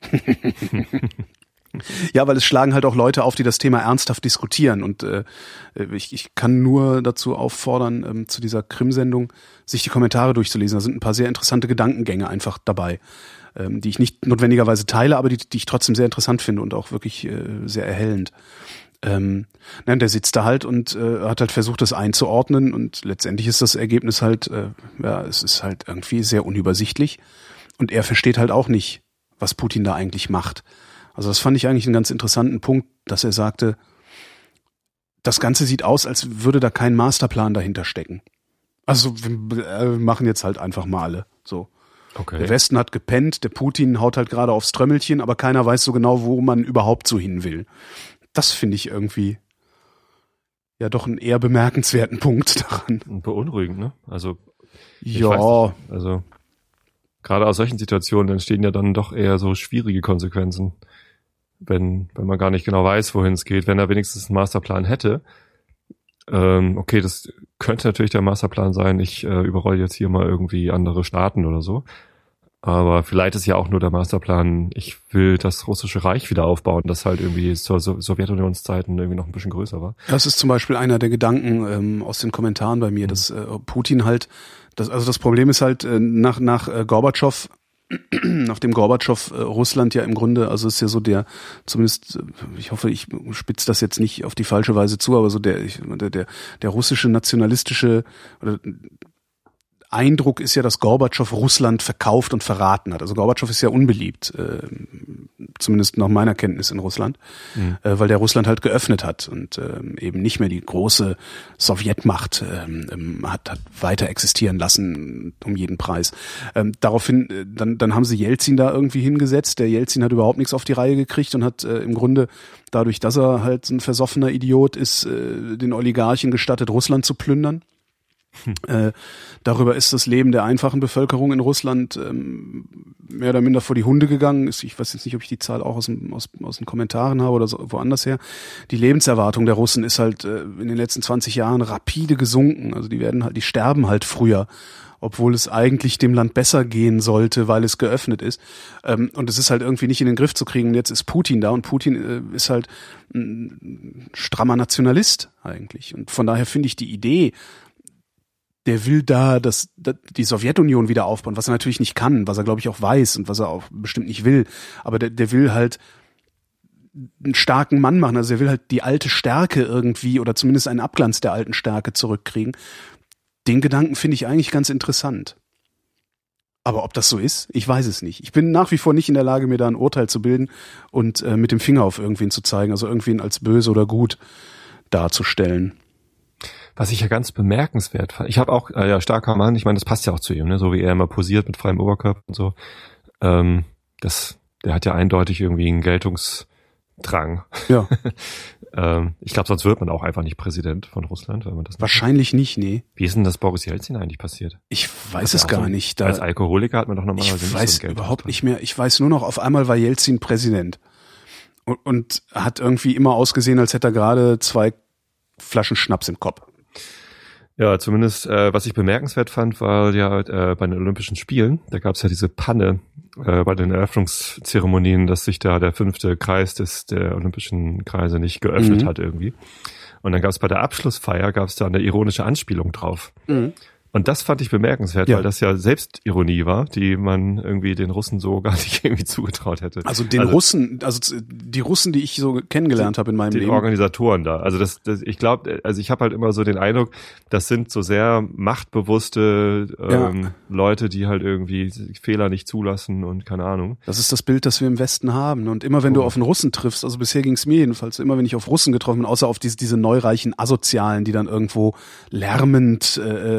Speaker 1: Ja, weil es schlagen halt auch Leute auf, die das Thema ernsthaft diskutieren. Und äh, ich, ich kann nur dazu auffordern, ähm, zu dieser Krim-Sendung sich die Kommentare durchzulesen. Da sind ein paar sehr interessante Gedankengänge einfach dabei, ähm, die ich nicht notwendigerweise teile, aber die, die ich trotzdem sehr interessant finde und auch wirklich äh, sehr erhellend. Ähm, nein, der sitzt da halt und äh, hat halt versucht, das einzuordnen. Und letztendlich ist das Ergebnis halt, äh, ja, es ist halt irgendwie sehr unübersichtlich. Und er versteht halt auch nicht, was Putin da eigentlich macht. Also das fand ich eigentlich einen ganz interessanten Punkt, dass er sagte, das Ganze sieht aus, als würde da kein Masterplan dahinter stecken. Also wir äh, machen jetzt halt einfach mal alle so. Okay. Der Westen hat gepennt, der Putin haut halt gerade aufs Trömmelchen, aber keiner weiß so genau, wo man überhaupt so hin will. Das finde ich irgendwie ja doch einen eher bemerkenswerten Punkt daran.
Speaker 2: Und beunruhigend, ne? Also
Speaker 1: ja,
Speaker 2: weiß nicht, also gerade aus solchen Situationen entstehen ja dann doch eher so schwierige Konsequenzen, wenn wenn man gar nicht genau weiß, wohin es geht. Wenn er wenigstens einen Masterplan hätte, ähm, okay, das könnte natürlich der Masterplan sein, ich äh, überrolle jetzt hier mal irgendwie andere Staaten oder so. Aber vielleicht ist ja auch nur der Masterplan, ich will das russische Reich wieder aufbauen, das halt irgendwie zur so- Sowjetunionszeiten irgendwie noch ein bisschen größer war.
Speaker 1: Das ist zum Beispiel einer der Gedanken ähm, aus den Kommentaren bei mir, mhm. dass äh, Putin halt, das, also das Problem ist halt, äh, nach, nach äh, Gorbatschow, nachdem Gorbatschow äh, Russland ja im Grunde, also ist ja so der, zumindest, äh, ich hoffe, ich spitze das jetzt nicht auf die falsche Weise zu, aber so der, ich, der, der, der russische nationalistische, oder Eindruck ist ja, dass Gorbatschow Russland verkauft und verraten hat. Also Gorbatschow ist ja unbeliebt, äh, zumindest nach meiner Kenntnis in Russland, mhm. äh, weil der Russland halt geöffnet hat und äh, eben nicht mehr die große Sowjetmacht äh, hat, hat weiter existieren lassen um jeden Preis. Ähm, daraufhin, äh, dann, dann haben sie Jelzin da irgendwie hingesetzt. Der Jelzin hat überhaupt nichts auf die Reihe gekriegt und hat äh, im Grunde dadurch, dass er halt ein versoffener Idiot ist, äh, den Oligarchen gestattet, Russland zu plündern. Hm. Äh, darüber ist das Leben der einfachen Bevölkerung in Russland ähm, mehr oder minder vor die Hunde gegangen. Ich weiß jetzt nicht, ob ich die Zahl auch aus, dem, aus, aus den Kommentaren habe oder so, woanders her. Die Lebenserwartung der Russen ist halt äh, in den letzten zwanzig Jahren rapide gesunken. Also die werden halt, die sterben halt früher, obwohl es eigentlich dem Land besser gehen sollte, weil es geöffnet ist. Ähm, und es ist halt irgendwie nicht in den Griff zu kriegen. Und jetzt ist Putin da und Putin äh, ist halt ein strammer Nationalist eigentlich. Und von daher finde ich die Idee, der will da das, das die Sowjetunion wieder aufbauen, was er natürlich nicht kann, was er glaube ich auch weiß und was er auch bestimmt nicht will. Aber der, der will halt einen starken Mann machen. Also er will halt die alte Stärke irgendwie oder zumindest einen Abglanz der alten Stärke zurückkriegen. Den Gedanken finde ich eigentlich ganz interessant. Aber ob das so ist, ich weiß es nicht. Ich bin nach wie vor nicht in der Lage, mir da ein Urteil zu bilden und äh, mit dem Finger auf irgendwen zu zeigen, also irgendwen als böse oder gut darzustellen.
Speaker 2: Was ich ja ganz bemerkenswert fand, ich habe auch, äh, ja, starker Mann, ich meine, das passt ja auch zu ihm, ne, so wie er immer posiert mit freiem Oberkörper und so. Ähm, das, der hat ja eindeutig irgendwie einen Geltungsdrang.
Speaker 1: Ja.
Speaker 2: ähm, ich glaube, sonst wird man auch einfach nicht Präsident von Russland, wenn man das nicht
Speaker 1: Wahrscheinlich nicht, nee.
Speaker 2: Wie ist denn das Boris Jelzin eigentlich passiert?
Speaker 1: Ich weiß es gar
Speaker 2: so,
Speaker 1: nicht. Da,
Speaker 2: als Alkoholiker hat man doch normalerweise
Speaker 1: ich
Speaker 2: nicht
Speaker 1: weiß
Speaker 2: so ein
Speaker 1: überhaupt nicht mehr. Ich weiß nur noch, auf einmal war Jelzin Präsident und, und hat irgendwie immer ausgesehen, als hätte er gerade zwei Flaschen Schnaps im Kopf.
Speaker 2: Ja, zumindest, äh, was ich bemerkenswert fand, war ja äh, bei den Olympischen Spielen, da gab es ja diese Panne äh, bei den Eröffnungszeremonien, dass sich da der fünfte Kreis des der Olympischen Kreise nicht geöffnet mhm. hat irgendwie. Und dann gab es bei der Abschlussfeier, gab es da eine ironische Anspielung drauf. Mhm. Und das fand ich bemerkenswert, ja. weil das ja Selbstironie war, die man irgendwie den Russen so gar nicht irgendwie zugetraut hätte.
Speaker 1: Also den also, Russen, also die Russen, die ich so kennengelernt habe in meinem
Speaker 2: den
Speaker 1: Leben.
Speaker 2: Die Organisatoren da. Also das, das ich glaube, also ich habe halt immer so den Eindruck, das sind so sehr machtbewusste ähm, ja. Leute, die halt irgendwie Fehler nicht zulassen und keine Ahnung.
Speaker 1: Das ist das Bild, das wir im Westen haben. Und immer wenn oh. du auf einen Russen triffst, also bisher ging es mir jedenfalls, immer wenn ich auf Russen getroffen bin, außer auf diese, diese neureichen Asozialen, die dann irgendwo lärmend äh, äh,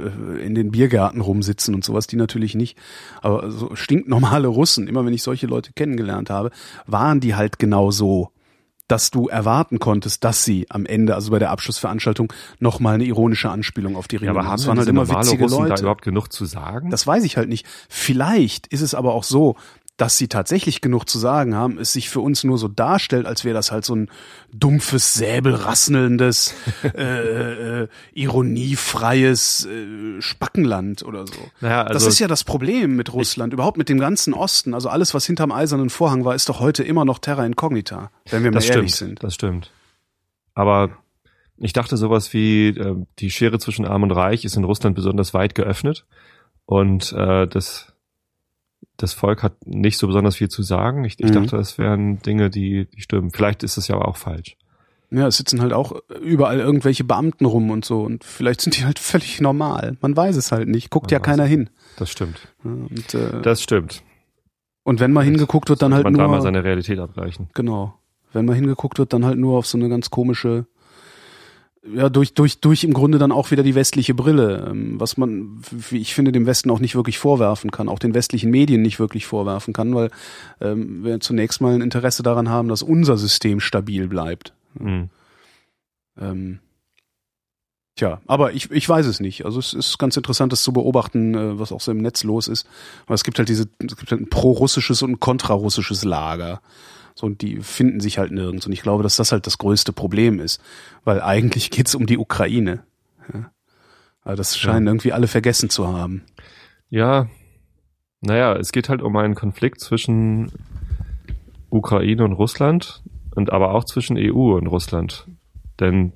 Speaker 1: äh, in den Biergärten rumsitzen und sowas, die natürlich nicht. Aber so stinknormale Russen, immer wenn ich solche Leute kennengelernt habe, waren die halt genau so, dass du erwarten konntest, dass sie am Ende, also bei der Abschlussveranstaltung, nochmal eine ironische Anspielung auf die Rede
Speaker 2: ja, aber
Speaker 1: machen.
Speaker 2: haben
Speaker 1: Das waren halt immer witzige
Speaker 2: Russen
Speaker 1: Leute.
Speaker 2: Da überhaupt genug zu sagen?
Speaker 1: Das weiß ich halt nicht. Vielleicht ist es aber auch so, dass sie tatsächlich genug zu sagen haben, es sich für uns nur so darstellt, als wäre das halt so ein dumpfes, säbelrasselndes, äh, äh, ironiefreies äh, Spackenland oder so.
Speaker 2: Naja, also
Speaker 1: das ist ja das Problem mit Russland, überhaupt mit dem ganzen Osten. Also alles, was hinterm eisernen Vorhang war, ist doch heute immer noch Terra Incognita, wenn wir mal
Speaker 2: das
Speaker 1: ehrlich
Speaker 2: stimmt,
Speaker 1: sind.
Speaker 2: Das stimmt. Aber ich dachte sowas wie, äh, die Schere zwischen Arm und Reich ist in Russland besonders weit geöffnet und äh, das Das Volk hat nicht so besonders viel zu sagen. Ich, ich mhm. dachte, das wären Dinge, die, die stimmen. Vielleicht ist es ja aber auch falsch.
Speaker 1: Ja, es sitzen halt auch überall irgendwelche Beamten rum und so. Und vielleicht sind die halt völlig normal. Man weiß es halt nicht. Guckt Man ja keiner hin.
Speaker 2: Das stimmt.
Speaker 1: Und, äh,
Speaker 2: das stimmt.
Speaker 1: Und wenn mal hingeguckt wird, dann halt
Speaker 2: man
Speaker 1: nur...
Speaker 2: Man da mal seine Realität abgleichen.
Speaker 1: Genau. Wenn mal hingeguckt wird, dann halt nur auf so eine ganz komische... Ja, durch, durch, durch im Grunde dann auch wieder die westliche Brille, was man, wie ich finde, dem Westen auch nicht wirklich vorwerfen kann, auch den westlichen Medien nicht wirklich vorwerfen kann, weil ähm, wir zunächst mal ein Interesse daran haben, dass unser System stabil bleibt.
Speaker 2: Mhm.
Speaker 1: Ähm, tja, aber ich, ich weiß es nicht. Also es ist ganz interessant, das zu beobachten, was auch so im Netz los ist. Aber es gibt halt diese, es gibt halt ein pro-russisches und ein kontrarussisches Lager. So, und die finden sich halt nirgends. Und ich glaube, dass das halt das größte Problem ist. Weil eigentlich geht's um die Ukraine. Ja. Aber das scheinen ja. irgendwie alle vergessen zu haben.
Speaker 2: Ja, naja, es geht halt um einen Konflikt zwischen Ukraine und Russland und aber auch zwischen E U und Russland. Denn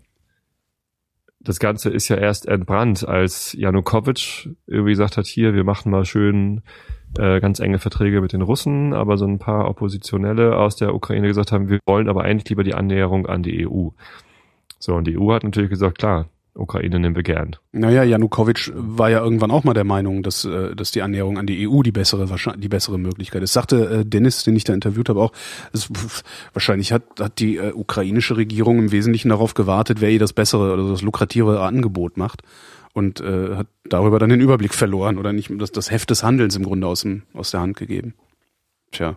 Speaker 2: das Ganze ist ja erst entbrannt, als Janukowitsch irgendwie gesagt hat, hier, wir machen mal schön äh, ganz enge Verträge mit den Russen, aber so ein paar Oppositionelle aus der Ukraine gesagt haben, wir wollen aber eigentlich lieber die Annäherung an die E U. So, und die E U hat natürlich gesagt, klar, Ukraine nehmen wir gern.
Speaker 1: Naja, Janukowitsch war ja irgendwann auch mal der Meinung, dass, äh, dass die Annäherung an die E U die bessere, die bessere Möglichkeit ist. Sagte äh, Dennis, den ich da interviewt habe, auch, es, pf, wahrscheinlich hat, hat die äh, ukrainische Regierung im Wesentlichen darauf gewartet, wer ihr das bessere oder das lukrativere Angebot macht. Und äh, hat darüber dann den Überblick verloren oder nicht das, das Heft des Handelns im Grunde aus, dem, aus der Hand gegeben. Tja.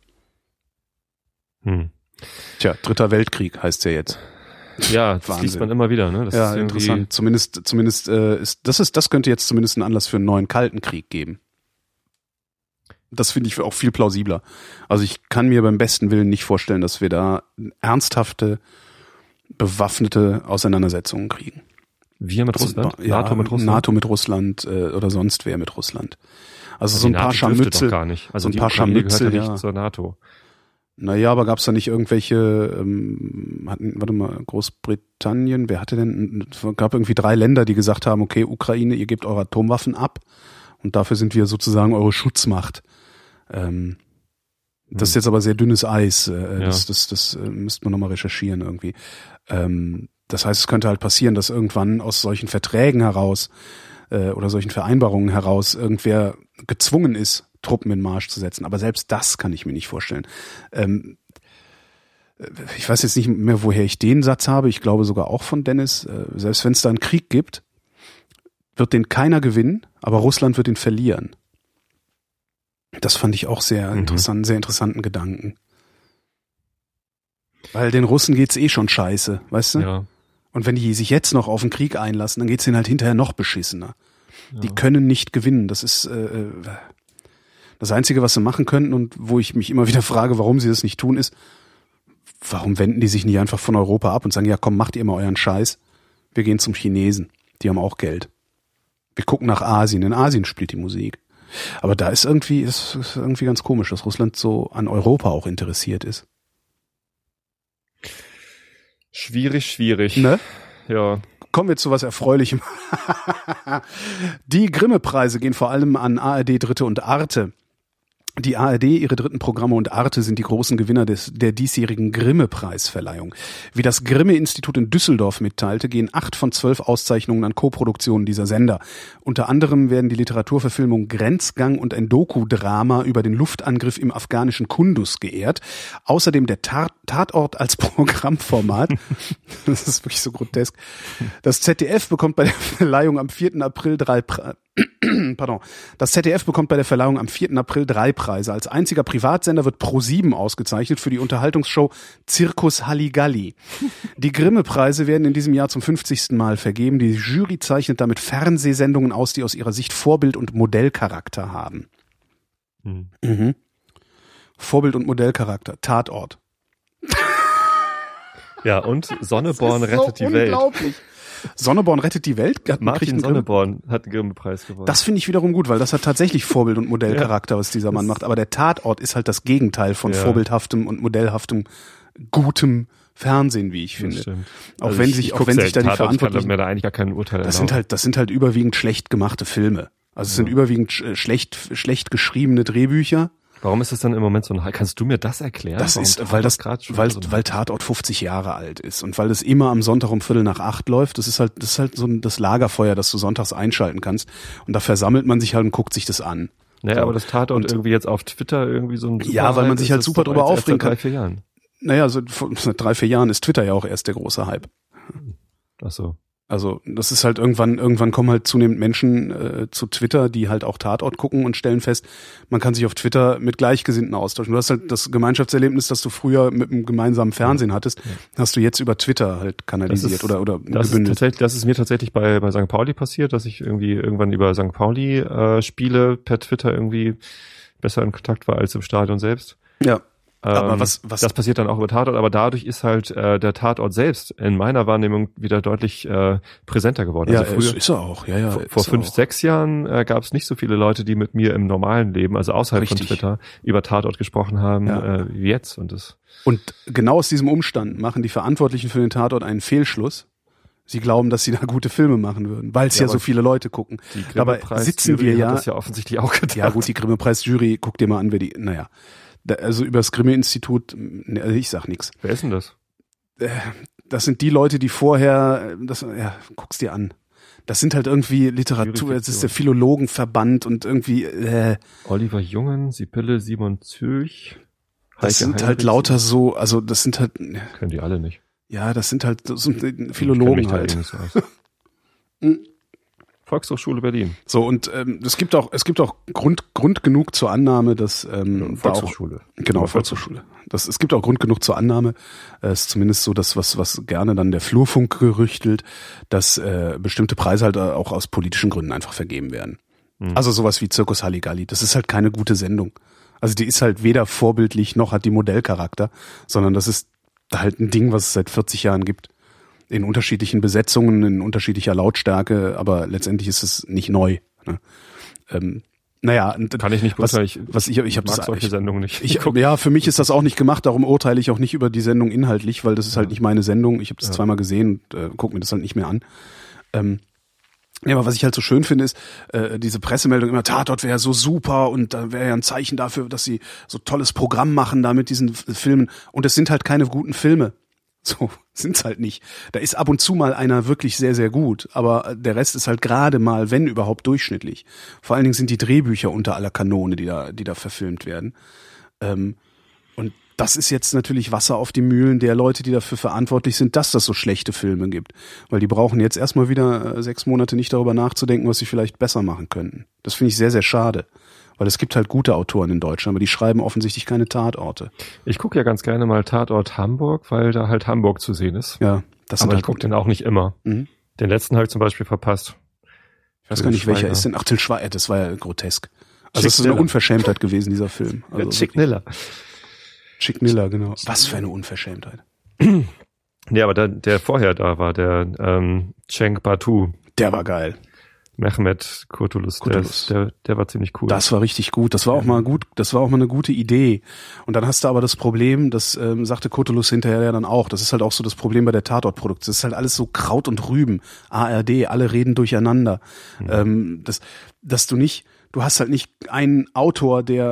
Speaker 2: Hm.
Speaker 1: Tja, Dritter Weltkrieg heißt ja jetzt.
Speaker 2: Ja, das Wahnsinn. Liest man immer wieder, ne? Das
Speaker 1: ja,
Speaker 2: ist
Speaker 1: interessant. Zumindest, zumindest äh, ist das ist, das könnte jetzt zumindest einen Anlass für einen neuen Kalten Krieg geben. Das finde ich auch viel plausibler. Also ich kann mir beim besten Willen nicht vorstellen, dass wir da ernsthafte, bewaffnete Auseinandersetzungen kriegen.
Speaker 2: Wir mit Russland?
Speaker 1: Also, ja,
Speaker 2: NATO mit Russland?
Speaker 1: NATO mit Russland äh, oder sonst wer mit Russland. Also so ein paar Scharmützel.
Speaker 2: Gar nicht. Also
Speaker 1: so ein
Speaker 2: die
Speaker 1: paar
Speaker 2: Ukraine
Speaker 1: Scharmützel,
Speaker 2: gehört ja nicht
Speaker 1: ja.
Speaker 2: zur NATO.
Speaker 1: Naja, aber gab's da nicht irgendwelche, ähm, hatten, warte mal, Großbritannien, wer hatte denn, es gab irgendwie drei Länder, die gesagt haben, okay, Ukraine, ihr gebt eure Atomwaffen ab und dafür sind wir sozusagen eure Schutzmacht. Ähm, das ist jetzt aber sehr dünnes Eis, äh,
Speaker 2: ja.
Speaker 1: das, das, das äh, müsste man nochmal recherchieren irgendwie. Ähm, das heißt, es könnte halt passieren, dass irgendwann aus solchen Verträgen heraus äh, oder solchen Vereinbarungen heraus irgendwer gezwungen ist, Truppen in Marsch zu setzen. Aber selbst das kann ich mir nicht vorstellen. Ähm, ich weiß jetzt nicht mehr, woher ich den Satz habe. Ich glaube sogar auch von Dennis. Äh, selbst wenn es da einen Krieg gibt, wird den keiner gewinnen, aber Russland wird ihn verlieren. Das fand ich auch sehr
Speaker 2: mhm.
Speaker 1: interessant, sehr interessanten Gedanken. Weil den Russen geht's eh schon scheiße, weißt du?
Speaker 2: Ja.
Speaker 1: Und wenn die sich jetzt noch auf den Krieg einlassen, dann geht's denen halt hinterher noch beschissener.
Speaker 2: Ja.
Speaker 1: Die können nicht gewinnen. Das ist äh, das Einzige, was sie machen könnten und wo ich mich immer wieder frage, warum sie das nicht tun, ist, warum wenden die sich nicht einfach von Europa ab und sagen, ja komm, macht ihr mal euren Scheiß. Wir gehen zum Chinesen. Die haben auch Geld. Wir gucken nach Asien. In Asien spielt die Musik. Aber da ist irgendwie, ist, ist irgendwie ganz komisch, dass Russland so an Europa auch interessiert ist.
Speaker 2: Schwierig, schwierig.
Speaker 1: Ne?
Speaker 2: Ja.
Speaker 1: Kommen wir zu was Erfreulichem. Die Grimme-Preise gehen vor allem an A R D, Dritte und Arte. Die A R D, ihre dritten Programme und Arte sind die großen Gewinner des, der diesjährigen Grimme-Preisverleihung. Wie das Grimme-Institut in Düsseldorf mitteilte, gehen acht von zwölf Auszeichnungen an Co-Produktionen dieser Sender. Unter anderem werden die Literaturverfilmung Grenzgang und ein Doku-Drama über den Luftangriff im afghanischen Kunduz geehrt. Außerdem der Tat- Tatort als Programmformat. Das ist wirklich so grotesk. Das Z D F bekommt bei der Verleihung am vierten April drei Pre- Pardon. Das Z D F bekommt bei der Verleihung am vierten April drei Preise. Als einziger Privatsender wird ProSieben ausgezeichnet für die Unterhaltungsshow Zirkus Halligalli. Die Grimme-Preise werden in diesem Jahr zum fünfzigsten Mal vergeben. Die Jury zeichnet damit Fernsehsendungen aus, die aus ihrer Sicht Vorbild- und Modellcharakter haben. Mhm. Mhm. Vorbild- und Modellcharakter. Tatort.
Speaker 2: Ja, und Sonneborn rettet
Speaker 1: so
Speaker 2: die Welt.
Speaker 1: Unglaublich. Sonneborn rettet die Welt. Hat
Speaker 2: Martin Sonneborn hat einen Grimme-Preis gewonnen.
Speaker 1: Das finde ich wiederum gut, weil das hat tatsächlich Vorbild- und Modellcharakter, was dieser Mann macht. Aber der Tatort ist halt das Gegenteil von ja. vorbildhaftem und modellhaftem, gutem Fernsehen, wie ich finde. Das stimmt. Auch
Speaker 2: also
Speaker 1: wenn
Speaker 2: ich,
Speaker 1: sich,
Speaker 2: ich
Speaker 1: auch wenn sich da die Verantwortlichen,
Speaker 2: kann mir da eigentlich gar kein Urteil
Speaker 1: das sind halt, das sind halt überwiegend schlecht gemachte Filme. Also es ja. sind überwiegend sch- schlecht, schlecht geschriebene Drehbücher.
Speaker 2: Warum ist es dann im Moment so ein, kannst du mir das erklären?
Speaker 1: Das
Speaker 2: Warum
Speaker 1: ist, weil das, weil, so weil Tatort fünfzig Jahre alt ist und weil das immer am Sonntag um Viertel nach acht läuft. Das ist halt, das ist halt so ein, das Lagerfeuer, das du sonntags einschalten kannst. Und da versammelt man sich halt und guckt sich das an.
Speaker 2: Naja,
Speaker 1: so.
Speaker 2: aber das Tatort und irgendwie jetzt auf Twitter irgendwie so ein super
Speaker 1: ja, weil man sich halt super drüber aufregen kann.
Speaker 2: Seit drei, vier Jahren.
Speaker 1: Naja, so, seit drei, vier Jahren ist Twitter ja auch erst der große Hype.
Speaker 2: Ach so.
Speaker 1: Also das ist halt irgendwann, irgendwann kommen halt zunehmend Menschen äh, zu Twitter, die halt auch Tatort gucken und stellen fest, man kann sich auf Twitter mit Gleichgesinnten austauschen. Du hast halt das Gemeinschaftserlebnis, das du früher mit einem gemeinsamen Fernsehen hattest, ja. hast du jetzt über Twitter halt kanalisiert
Speaker 2: ist,
Speaker 1: oder oder
Speaker 2: das
Speaker 1: gebündelt.
Speaker 2: Ist tatsächlich, das ist mir tatsächlich bei bei Sankt Pauli passiert, dass ich irgendwie irgendwann über Sankt Pauli äh, Spiele per Twitter irgendwie besser in Kontakt war als im Stadion selbst.
Speaker 1: Ja.
Speaker 2: Aber ähm, was, was das passiert dann auch über Tatort, aber dadurch ist halt äh, der Tatort selbst in meiner Wahrnehmung wieder deutlich äh, präsenter geworden.
Speaker 1: Ja,
Speaker 2: also früher,
Speaker 1: ist, ist er auch. Ja, ja.
Speaker 2: Vor, vor fünf,
Speaker 1: auch.
Speaker 2: sechs Jahren äh, gab es nicht so viele Leute, die mit mir im normalen Leben, also außerhalb
Speaker 1: Richtig.
Speaker 2: von Twitter, über Tatort gesprochen haben,
Speaker 1: ja.
Speaker 2: äh, wie jetzt. Und das.
Speaker 1: Und genau aus diesem Umstand machen die Verantwortlichen für den Tatort einen Fehlschluss. Sie glauben, dass sie da gute Filme machen würden, weil es ja, ja so viele Leute gucken. Dabei sitzen wir ja.
Speaker 2: Hat das ja offensichtlich auch gedacht.
Speaker 1: Ja gut, die Grimme-Preis-Jury, guck dir mal an, wer die. Naja. Also über das Grimme-Institut, also ich sag nix.
Speaker 2: Wer ist denn das?
Speaker 1: Das sind die Leute, die vorher, das, ja, guck's dir an. Das sind halt irgendwie Literatur, das ist der Philologenverband und irgendwie, äh,
Speaker 2: Oliver Jungen, Sibylle Simon Zürch.
Speaker 1: Das sind Heinrich, halt lauter so, also das sind halt.
Speaker 2: Können die alle nicht.
Speaker 1: Ja, das sind halt das sind Philologen halt.
Speaker 2: Volkshochschule Berlin.
Speaker 1: So, und ähm, es gibt auch es gibt auch Grund Grund genug zur Annahme, dass ähm,
Speaker 2: Volkshochschule.
Speaker 1: Da auch, genau, Volkshochschule. Das, es gibt auch Grund genug zur Annahme, es äh, ist zumindest so das, was was gerne dann der Flurfunk gerüchtelt, dass äh, bestimmte Preise halt auch aus politischen Gründen einfach vergeben werden. Mhm. Also sowas wie Zirkus Halligalli, das ist halt keine gute Sendung. Also die ist halt weder vorbildlich noch hat die Modellcharakter, sondern das ist halt ein Ding, was es seit vierzig Jahren gibt. In unterschiedlichen Besetzungen, in unterschiedlicher Lautstärke, aber letztendlich ist es nicht neu. Ne? Ähm, naja,
Speaker 2: kann ich nicht was,
Speaker 1: ich, was ich, ich habe
Speaker 2: das solche ich, Sendungen nicht.
Speaker 1: Ich, ja, für mich ist das auch nicht gemacht. Darum urteile ich auch nicht über die Sendung inhaltlich, weil das ist halt nicht meine Sendung. Ich habe das ja. zweimal gesehen und äh, gucke mir das halt nicht mehr an. Ähm, ja, aber was ich halt so schön finde, ist äh, diese Pressemeldung immer, Tatort wäre so super und da wäre ja ein Zeichen dafür, dass sie so tolles Programm machen da mit diesen Filmen. Und es sind halt keine guten Filme. So sind's halt nicht. Da ist ab und zu mal einer wirklich sehr, sehr gut, aber der Rest ist halt gerade mal, wenn überhaupt, durchschnittlich. Vor allen Dingen sind die Drehbücher unter aller Kanone, die da, die da verfilmt werden. Ähm, und das ist jetzt natürlich Wasser auf die Mühlen der Leute, die dafür verantwortlich sind, dass das so schlechte Filme gibt. Weil die brauchen jetzt erstmal wieder äh, sechs Monate nicht darüber nachzudenken, was sie vielleicht besser machen könnten. Das finde ich sehr, sehr schade. Weil es gibt halt gute Autoren in Deutschland, aber die schreiben offensichtlich keine Tatorte.
Speaker 2: Ich gucke ja ganz gerne mal Tatort Hamburg, weil da halt Hamburg zu sehen ist.
Speaker 1: Ja, das
Speaker 2: aber
Speaker 1: sind
Speaker 2: ich gucke den auch nicht immer. Mhm. Den letzten habe ich zum Beispiel verpasst.
Speaker 1: Ich weiß gar nicht, welcher ist denn. Ach, Till Schweiger, das war ja grotesk. Also das ist eine Unverschämtheit gewesen, dieser Film. Also
Speaker 2: Chick Niller.
Speaker 1: Chick Niller, genau. Was für eine Unverschämtheit.
Speaker 2: Ja, aber der, der vorher da war, der ähm, Cenk Batu.
Speaker 1: Der war geil.
Speaker 2: Mehmet Kurtulus,
Speaker 1: Kurtulus.
Speaker 2: Der, der, der war ziemlich cool.
Speaker 1: Das war richtig gut. Das war auch mal gut. Das war auch mal eine gute Idee. Und dann hast du aber das Problem, das ähm, sagte Kurtulus hinterher ja dann auch. Das ist halt auch so das Problem bei der Tatortproduktion. Das ist halt alles so Kraut und Rüben. A R D, alle reden durcheinander. Mhm. Ähm, das, dass du nicht, du hast halt nicht einen Autor, der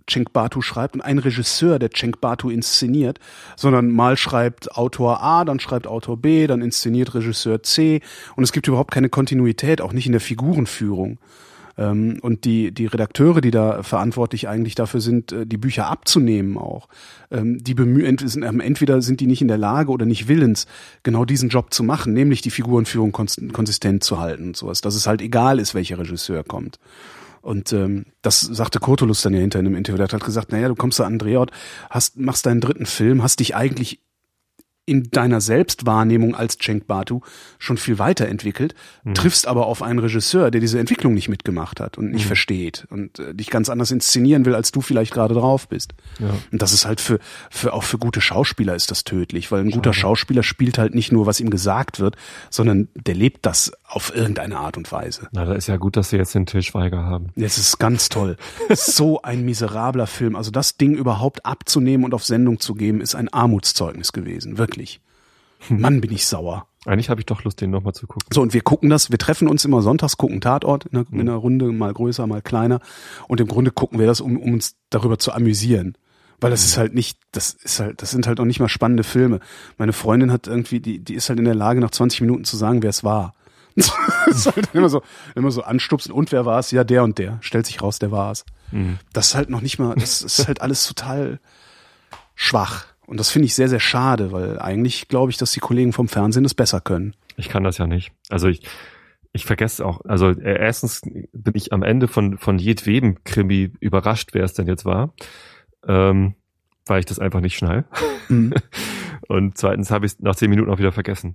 Speaker 1: Cenk Batu schreibt und ein Regisseur, der Cenk Batu inszeniert, sondern mal schreibt Autor A, dann schreibt Autor B, dann inszeniert Regisseur C und es gibt überhaupt keine Kontinuität, auch nicht in der Figurenführung. Und die die Redakteure, die da verantwortlich eigentlich dafür sind, die Bücher abzunehmen auch, die bemühen, entweder sind die nicht in der Lage oder nicht willens, genau diesen Job zu machen, nämlich die Figurenführung konsistent zu halten und sowas, dass es halt egal ist, welcher Regisseur kommt. Und ähm, das sagte Kurtulus dann ja hinter in einem Interview, der hat halt gesagt, naja, du kommst da an den Drehort, hast, machst deinen dritten Film, hast dich eigentlich in deiner Selbstwahrnehmung als Cenk Batu schon viel weiterentwickelt, mhm. triffst aber auf einen Regisseur, der diese Entwicklung nicht mitgemacht hat und nicht mhm. versteht und äh, dich ganz anders inszenieren will, als du vielleicht gerade drauf bist. Ja. Und das ist halt für, für auch für gute Schauspieler ist das tödlich, weil ein Schade. guter Schauspieler spielt halt nicht nur, was ihm gesagt wird, sondern der lebt das auf irgendeine Art und Weise.
Speaker 2: Na, da ist ja gut, dass sie jetzt den Til Schweiger haben.
Speaker 1: Das ist ganz toll. So ein miserabler Film. Also das Ding überhaupt abzunehmen und auf Sendung zu geben, ist ein Armutszeugnis gewesen. Wirklich. Mann, bin ich sauer.
Speaker 2: Eigentlich habe ich doch Lust, den nochmal zu gucken.
Speaker 1: So, und wir gucken das, wir treffen uns immer sonntags, gucken Tatort in einer, in einer Runde, mal größer, mal kleiner. Und im Grunde gucken wir das, um, um uns darüber zu amüsieren. Weil das ist halt nicht, das ist halt, das sind halt auch nicht mal spannende Filme. Meine Freundin hat irgendwie, die, die ist halt in der Lage, nach zwanzig Minuten zu sagen, wer es war. Das ist halt immer so, immer so anstupsen. Und wer war es? Ja, der und der. Stellt sich raus, der war es. Mhm. Das ist halt noch nicht mal, das ist halt alles total schwach. Und das finde ich sehr, sehr schade, weil eigentlich glaube ich, dass die Kollegen vom Fernsehen das besser können.
Speaker 2: Ich kann das ja nicht. Also ich, ich vergesse auch, also erstens bin ich am Ende von, von jedwedem Krimi überrascht, wer es denn jetzt war, ähm, weil ich das einfach nicht schnall. Mhm. Und zweitens habe ich es nach zehn Minuten auch wieder vergessen.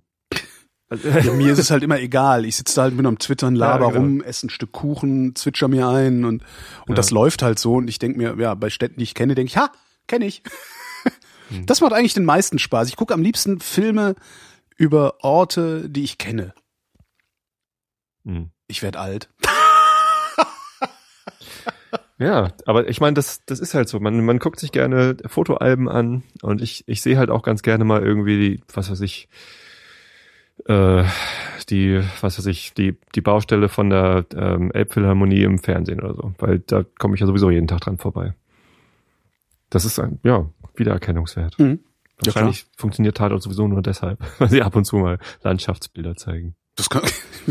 Speaker 1: Ja, mir ist es halt immer egal. Ich sitze da halt, bin am Twittern, laber ja, genau. rum, esse ein Stück Kuchen, zwitscher mir ein und, und ja. das läuft halt so. Und ich denke mir, ja, bei Städten, die ich kenne, denke ich, ha, kenne ich. Das macht eigentlich den meisten Spaß. Ich gucke am liebsten Filme über Orte, die ich kenne. Hm. Ich werde alt.
Speaker 2: Ja, aber ich meine, das das ist halt so. Man man guckt sich gerne Fotoalben an und ich ich sehe halt auch ganz gerne mal irgendwie die, was weiß ich, äh, die was weiß ich, die die Baustelle von der ähm, Elbphilharmonie im Fernsehen oder so, weil da komme ich ja sowieso jeden Tag dran vorbei. Das ist ein, ja, Wiedererkennungswert. Mhm. Wahrscheinlich ja, funktioniert Tatort sowieso nur deshalb, weil sie ab und zu mal Landschaftsbilder zeigen.
Speaker 1: Das kann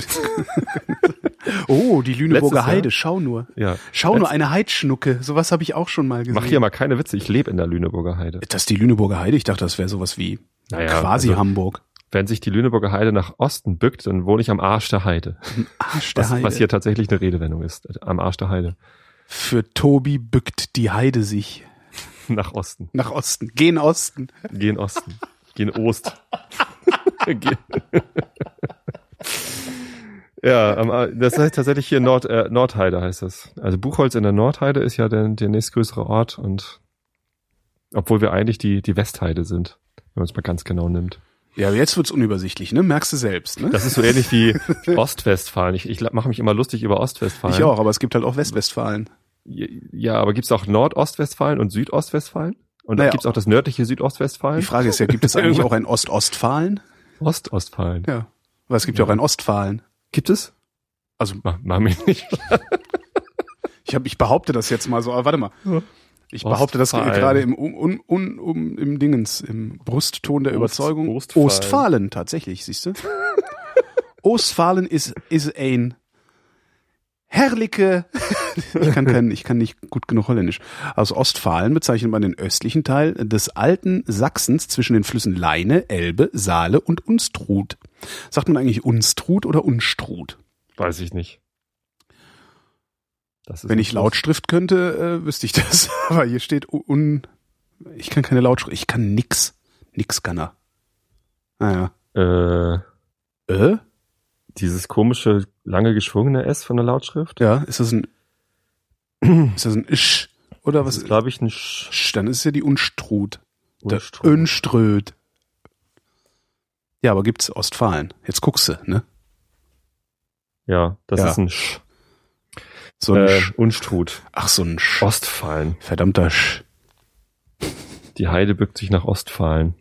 Speaker 1: Oh, die Lüneburger Letztes Heide, Jahr? Schau nur.
Speaker 2: Ja.
Speaker 1: Schau Letzt nur, eine Heidschnucke. Sowas habe ich auch schon mal gesehen.
Speaker 2: Mach hier mal keine Witze, ich lebe in der Lüneburger Heide.
Speaker 1: Das ist die Lüneburger Heide? Ich dachte, das wäre sowas wie naja, quasi also, Hamburg.
Speaker 2: Wenn sich die Lüneburger Heide nach Osten bückt, dann wohne ich am Arsch der Heide. Am Arsch der was, Heide. Was hier tatsächlich eine Redewendung ist. Am Arsch der Heide.
Speaker 1: Für Tobi bückt die Heide sich.
Speaker 2: Nach Osten.
Speaker 1: Nach Osten. Gehen Osten.
Speaker 2: Gehen Osten. Gehen Ost. Ja, das heißt tatsächlich hier Nord, äh, Nordheide heißt das. Also Buchholz in der Nordheide ist ja der, der nächstgrößere Ort und obwohl wir eigentlich die, die Westheide sind, wenn man es mal ganz genau nimmt.
Speaker 1: Ja, aber jetzt wird's unübersichtlich, ne? Merkst du selbst, ne?
Speaker 2: Das ist so ähnlich wie Ostwestfalen. Ich, ich mache mich immer lustig über Ostwestfalen.
Speaker 1: Ich auch, aber es gibt halt auch Westwestfalen.
Speaker 2: Ja, aber gibt's auch Nordostwestfalen und Südostwestfalen? Und dann naja, gibt's auch das nördliche Südostwestfalen?
Speaker 1: Die Frage ist ja, gibt es eigentlich auch ein Ostostfalen?
Speaker 2: Ostostfalen?
Speaker 1: Ja. Aber es gibt ja auch ein Ostfalen.
Speaker 2: Gibt es?
Speaker 1: Also,
Speaker 2: mach, mach mich nicht.
Speaker 1: ich hab, ich behaupte das jetzt mal so, aber warte mal. Ich behaupte das gerade im, um, um, um, im Dingens, im Brustton der Ost, Überzeugung.
Speaker 2: Ostfalen.
Speaker 1: Ostfalen, tatsächlich, siehst du? Ostfalen ist, ist ein herrliche, ich kann kein, ich kann nicht gut genug Holländisch. Aus Ostfalen bezeichnet man den östlichen Teil des alten Sachsens zwischen den Flüssen Leine, Elbe, Saale und Unstrut. Sagt man eigentlich Unstrut oder Unstrut?
Speaker 2: Weiß ich nicht. Das ist
Speaker 1: Wenn ich Lautschrift könnte, äh, wüsste ich das. Aber hier steht un, ich kann keine Lautschrift, ich kann nix. Nix kann er. Naja.
Speaker 2: Äh.
Speaker 1: Äh?
Speaker 2: Dieses komische, lange geschwungene S von der Lautschrift?
Speaker 1: Ja, ist das ein ist das ein Isch? Oder was?
Speaker 2: Das ist, glaube ich, ein Sch.
Speaker 1: Sch. Dann ist es ja die Unstrut.
Speaker 2: Unstrut.
Speaker 1: Unströd. Ja, aber gibt's Ostfalen. Jetzt guckst du, ne?
Speaker 2: Ja, das
Speaker 1: ja.
Speaker 2: ist ein Sch.
Speaker 1: So ein
Speaker 2: äh,
Speaker 1: Sch.
Speaker 2: Unstrut.
Speaker 1: Ach, so ein Sch.
Speaker 2: Ostfalen.
Speaker 1: Verdammter Sch.
Speaker 2: Die Heide bückt sich nach Ostfalen.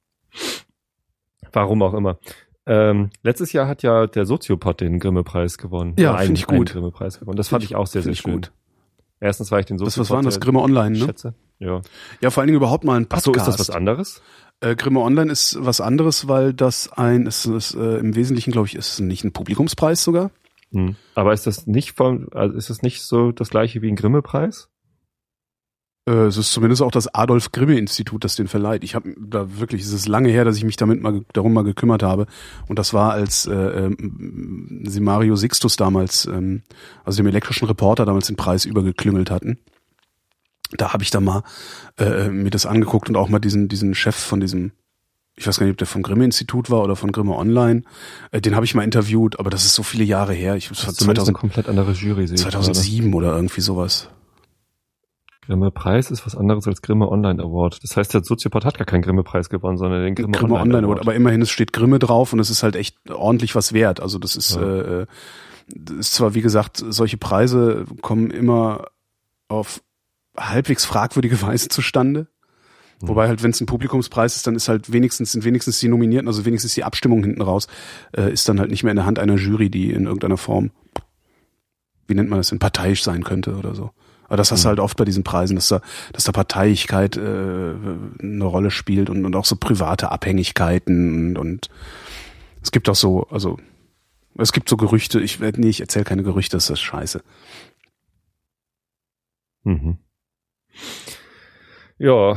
Speaker 2: Warum auch immer. Ähm, letztes Jahr hat ja der Soziopod den Grimme-Preis gewonnen.
Speaker 1: Ja, finde ich gut.
Speaker 2: Grimme-Preis gewonnen. Das fand ich auch sehr, sehr schön. Gut. Erstens, weil ich den so
Speaker 1: Das, was war das? Grimme Online, ne?
Speaker 2: Schätze. Ja.
Speaker 1: Ja, vor allen Dingen überhaupt mal ein
Speaker 2: Ach so,
Speaker 1: Podcast.
Speaker 2: ist das was anderes?
Speaker 1: Äh, Grimme Online ist was anderes, weil das ein, ist, ist äh, im Wesentlichen, glaube ich, ist nicht ein Publikumspreis sogar.
Speaker 2: Hm. Aber ist das nicht vom, also ist das nicht so das gleiche wie ein Grimme-Preis?
Speaker 1: Äh, es ist zumindest auch das Adolf-Grimme-Institut, das den verleiht. Ich habe da wirklich, es ist lange her, dass ich mich damit mal darum mal gekümmert habe. Und das war, als äh, ähm, sie Mario Sixtus damals, ähm, also dem elektrischen Reporter damals den Preis übergeklüngelt hatten. Da habe ich da mal äh, mir das angeguckt und auch mal diesen diesen Chef von diesem, ich weiß gar nicht, ob der vom Grimme-Institut war oder von Grimme Online, äh, den habe ich mal interviewt, aber das ist so viele Jahre her. Ich
Speaker 2: das war zweitausend, eine komplett andere Jury.
Speaker 1: zweitausendsieben oder irgendwie sowas.
Speaker 2: Grimme-Preis ist was anderes als Grimme Online Award. Das heißt, der Soziopath hat gar keinen Grimme-Preis gewonnen, sondern den Grimme,
Speaker 1: Grimme
Speaker 2: Online,
Speaker 1: Online Award. Aber immerhin, es steht Grimme drauf und es ist halt echt ordentlich was wert. Also das ist, ja. äh, das ist zwar, wie gesagt, solche Preise kommen immer auf halbwegs fragwürdige Weise zustande. Mhm. Wobei halt, wenn es ein Publikumspreis ist, dann ist halt wenigstens, sind wenigstens die Nominierten, also wenigstens die Abstimmung hinten raus, äh, ist dann halt nicht mehr in der Hand einer Jury, die in irgendeiner Form, wie nennt man das denn, parteiisch sein könnte oder so. Aber das hast du halt oft bei diesen Preisen, dass da, dass da Parteiigkeit äh, eine Rolle spielt und, und auch so private Abhängigkeiten und, und es gibt auch so, also es gibt so Gerüchte, ich nee, ich erzähle keine Gerüchte, das ist scheiße.
Speaker 2: Mhm. Ja,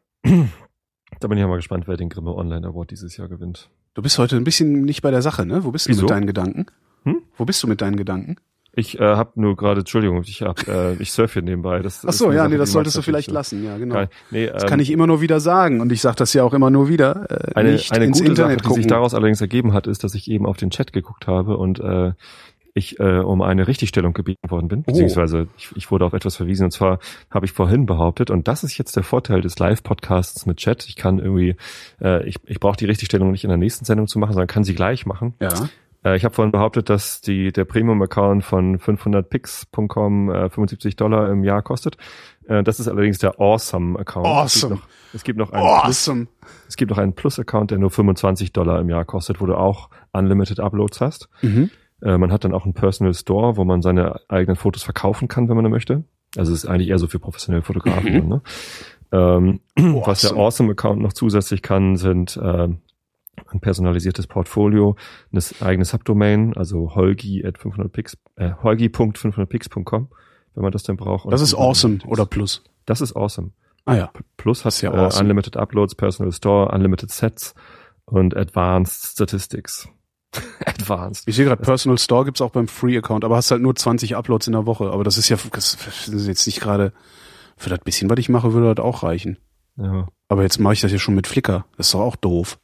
Speaker 2: da bin ich ja mal gespannt, wer den Grimme Online Award dieses Jahr gewinnt.
Speaker 1: Du bist heute ein bisschen nicht bei der Sache, ne? Wo bist du
Speaker 2: Wieso?
Speaker 1: mit deinen Gedanken?
Speaker 2: Hm?
Speaker 1: Wo bist du mit deinen Gedanken?
Speaker 2: Ich äh, habe nur gerade, Entschuldigung, ich hab, äh, ich surfe hier nebenbei. Das
Speaker 1: Ach so, ja,
Speaker 2: Sache,
Speaker 1: nee, das solltest du
Speaker 2: so
Speaker 1: vielleicht lassen, ja, genau.
Speaker 2: Kann, nee, ähm,
Speaker 1: das kann ich immer nur wieder sagen und ich sage das ja auch immer nur wieder. Äh,
Speaker 2: eine
Speaker 1: nicht
Speaker 2: eine
Speaker 1: ins
Speaker 2: gute
Speaker 1: Internet
Speaker 2: Sache,
Speaker 1: gucken.
Speaker 2: die sich daraus allerdings ergeben hat, ist, dass ich eben auf den Chat geguckt habe und äh, ich äh, um eine Richtigstellung gebeten worden bin, beziehungsweise ich, ich wurde auf etwas verwiesen und zwar habe ich vorhin behauptet und das ist jetzt der Vorteil des Live-Podcasts mit Chat. Ich kann irgendwie, äh, ich, ich brauche die Richtigstellung nicht in der nächsten Sendung zu machen, sondern kann sie gleich machen.
Speaker 1: Ja.
Speaker 2: Äh, ich habe vorhin behauptet, dass die der Premium-Account von fünfhundert pix punkt com äh, fünfundsiebzig Dollar im Jahr kostet. Äh, das ist allerdings der Awesome-Account.
Speaker 1: Awesome.
Speaker 2: Es gibt noch, es gibt noch einen
Speaker 1: awesome.
Speaker 2: Plus, es gibt noch einen Plus-Account, der nur fünfundzwanzig Dollar im Jahr kostet, wo du auch Unlimited Uploads hast.
Speaker 1: Mhm.
Speaker 2: Äh, man hat dann auch einen Personal Store, wo man seine eigenen Fotos verkaufen kann, wenn man möchte. Also es ist eigentlich eher so für professionelle Fotografen. Mhm. Ne? Ähm, awesome. Was der Awesome-Account noch zusätzlich kann, sind äh, ein personalisiertes Portfolio, eine eigene Subdomain, also holgi at fünfhundert pix, äh, holgi punkt fünfhundert pix punkt com, wenn man das denn braucht.
Speaker 1: Das ist Awesome oder Plus?
Speaker 2: Das ist Awesome.
Speaker 1: Ah ja.
Speaker 2: Plus hat
Speaker 1: ja
Speaker 2: äh, awesome. Unlimited Uploads, Personal Store, Unlimited Sets und Advanced Statistics. Advanced.
Speaker 1: Ich sehe gerade, Personal Store gibt's auch beim Free-Account, aber hast halt nur zwanzig Uploads in der Woche. Aber das ist ja, das ist jetzt nicht gerade, für das bisschen, was ich mache, würde das auch reichen.
Speaker 2: Ja.
Speaker 1: Aber jetzt mache ich das ja schon mit Flickr. Das ist doch auch doof.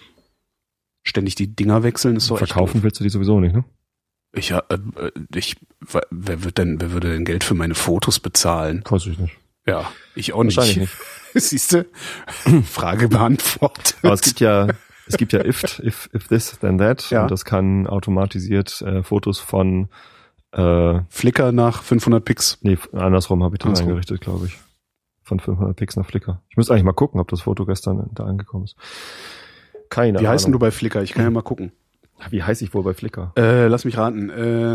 Speaker 1: Ständig die Dinger wechseln ist doch echt
Speaker 2: Verkaufen
Speaker 1: doof.
Speaker 2: willst du die sowieso nicht, ne?
Speaker 1: Ich, ja, äh, ich, wer wird denn, wer würde denn Geld für meine Fotos bezahlen?
Speaker 2: Weiß ich nicht.
Speaker 1: Ja, ich auch nicht.
Speaker 2: Wahrscheinlich nicht.
Speaker 1: Siehst du? Frage beantwortet.
Speaker 2: Aber es gibt ja, es gibt ja if, if, if this, then that.
Speaker 1: Ja.
Speaker 2: Und das kann automatisiert äh, Fotos von äh,
Speaker 1: Flickr nach fünfhundert Pix.
Speaker 2: Nee, andersrum habe ich das
Speaker 1: Andersrum.
Speaker 2: eingerichtet, glaube ich. Von fünfhundert Pix nach Flickr. Ich müsste eigentlich mal gucken, ob das Foto gestern da angekommen ist. Keine
Speaker 1: Wie
Speaker 2: Ahnung.
Speaker 1: heißt denn du bei Flickr? Ich kann ja mal gucken.
Speaker 2: Wie heiße ich wohl bei Flickr?
Speaker 1: Äh, lass mich raten.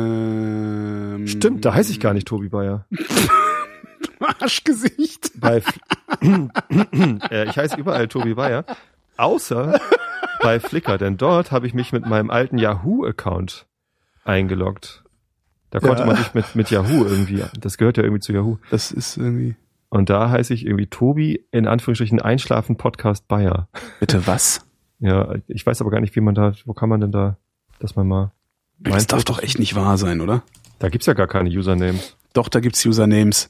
Speaker 1: Ähm,
Speaker 2: Stimmt, da heiße ich gar nicht Tobi Bayer.
Speaker 1: Arschgesicht.
Speaker 2: Bei F- äh, ich heiße überall Tobi Bayer, außer bei Flickr, denn dort habe ich mich mit meinem alten Yahoo-Account eingeloggt. Da konnte
Speaker 1: Ja.
Speaker 2: man sich mit, mit Yahoo irgendwie, das gehört ja irgendwie zu Yahoo.
Speaker 1: Das ist irgendwie...
Speaker 2: Und da heiße ich irgendwie Tobi, in Anführungsstrichen, Einschlafen Podcast Bayer.
Speaker 1: Bitte was?
Speaker 2: Ja, ich weiß aber gar nicht, wie man da, wo kann man denn da, dass man mal...
Speaker 1: Das darf doch echt nicht wahr sein, oder?
Speaker 2: Da gibt's ja gar keine Usernames.
Speaker 1: Doch, da gibt's Usernames.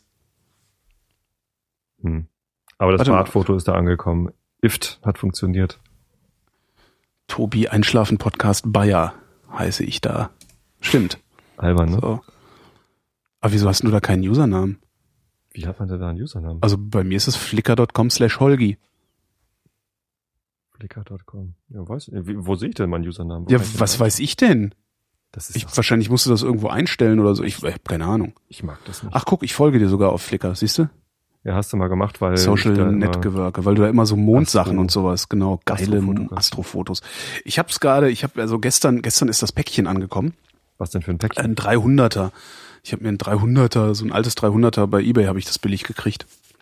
Speaker 2: Hm. Aber das
Speaker 1: Warte mal.
Speaker 2: Smartfoto ist da angekommen. Ift hat funktioniert.
Speaker 1: Tobi Einschlafen Podcast Bayer heiße ich da. Stimmt.
Speaker 2: Albern, ne?
Speaker 1: So. Aber wieso hast du da keinen Usernamen?
Speaker 2: Wie hat man denn da einen Usernamen?
Speaker 1: Also bei mir ist es flickr punkt com slash holgi.
Speaker 2: Flickr punkt com. Ja, weiß ich. Wie, wo sehe ich denn meinen Usernamen? Wo
Speaker 1: Ja,
Speaker 2: kann ich den
Speaker 1: was
Speaker 2: ein-
Speaker 1: weiß ich denn?
Speaker 2: Das ist
Speaker 1: Ich,
Speaker 2: doch,
Speaker 1: wahrscheinlich musst du das irgendwo einstellen oder so. Ich, ich habe keine Ahnung.
Speaker 2: ich mag das nicht.
Speaker 1: Ach guck, ich folge dir sogar auf Flickr, siehst du?
Speaker 2: Ja, hast du mal gemacht, weil
Speaker 1: Social
Speaker 2: ich da immer-
Speaker 1: Netgewerke, weil du da immer so Mondsachen
Speaker 2: Astro-
Speaker 1: und sowas, genau, geile
Speaker 2: Astrofotos.
Speaker 1: Astrofotos. Ich hab's gerade, ich habe also gestern, gestern ist das Päckchen angekommen,
Speaker 2: Was denn für ein Päckchen?
Speaker 1: ein dreihunderter. Ich habe mir ein dreihunderter, so ein altes dreihunderter bei eBay habe ich das billig gekriegt.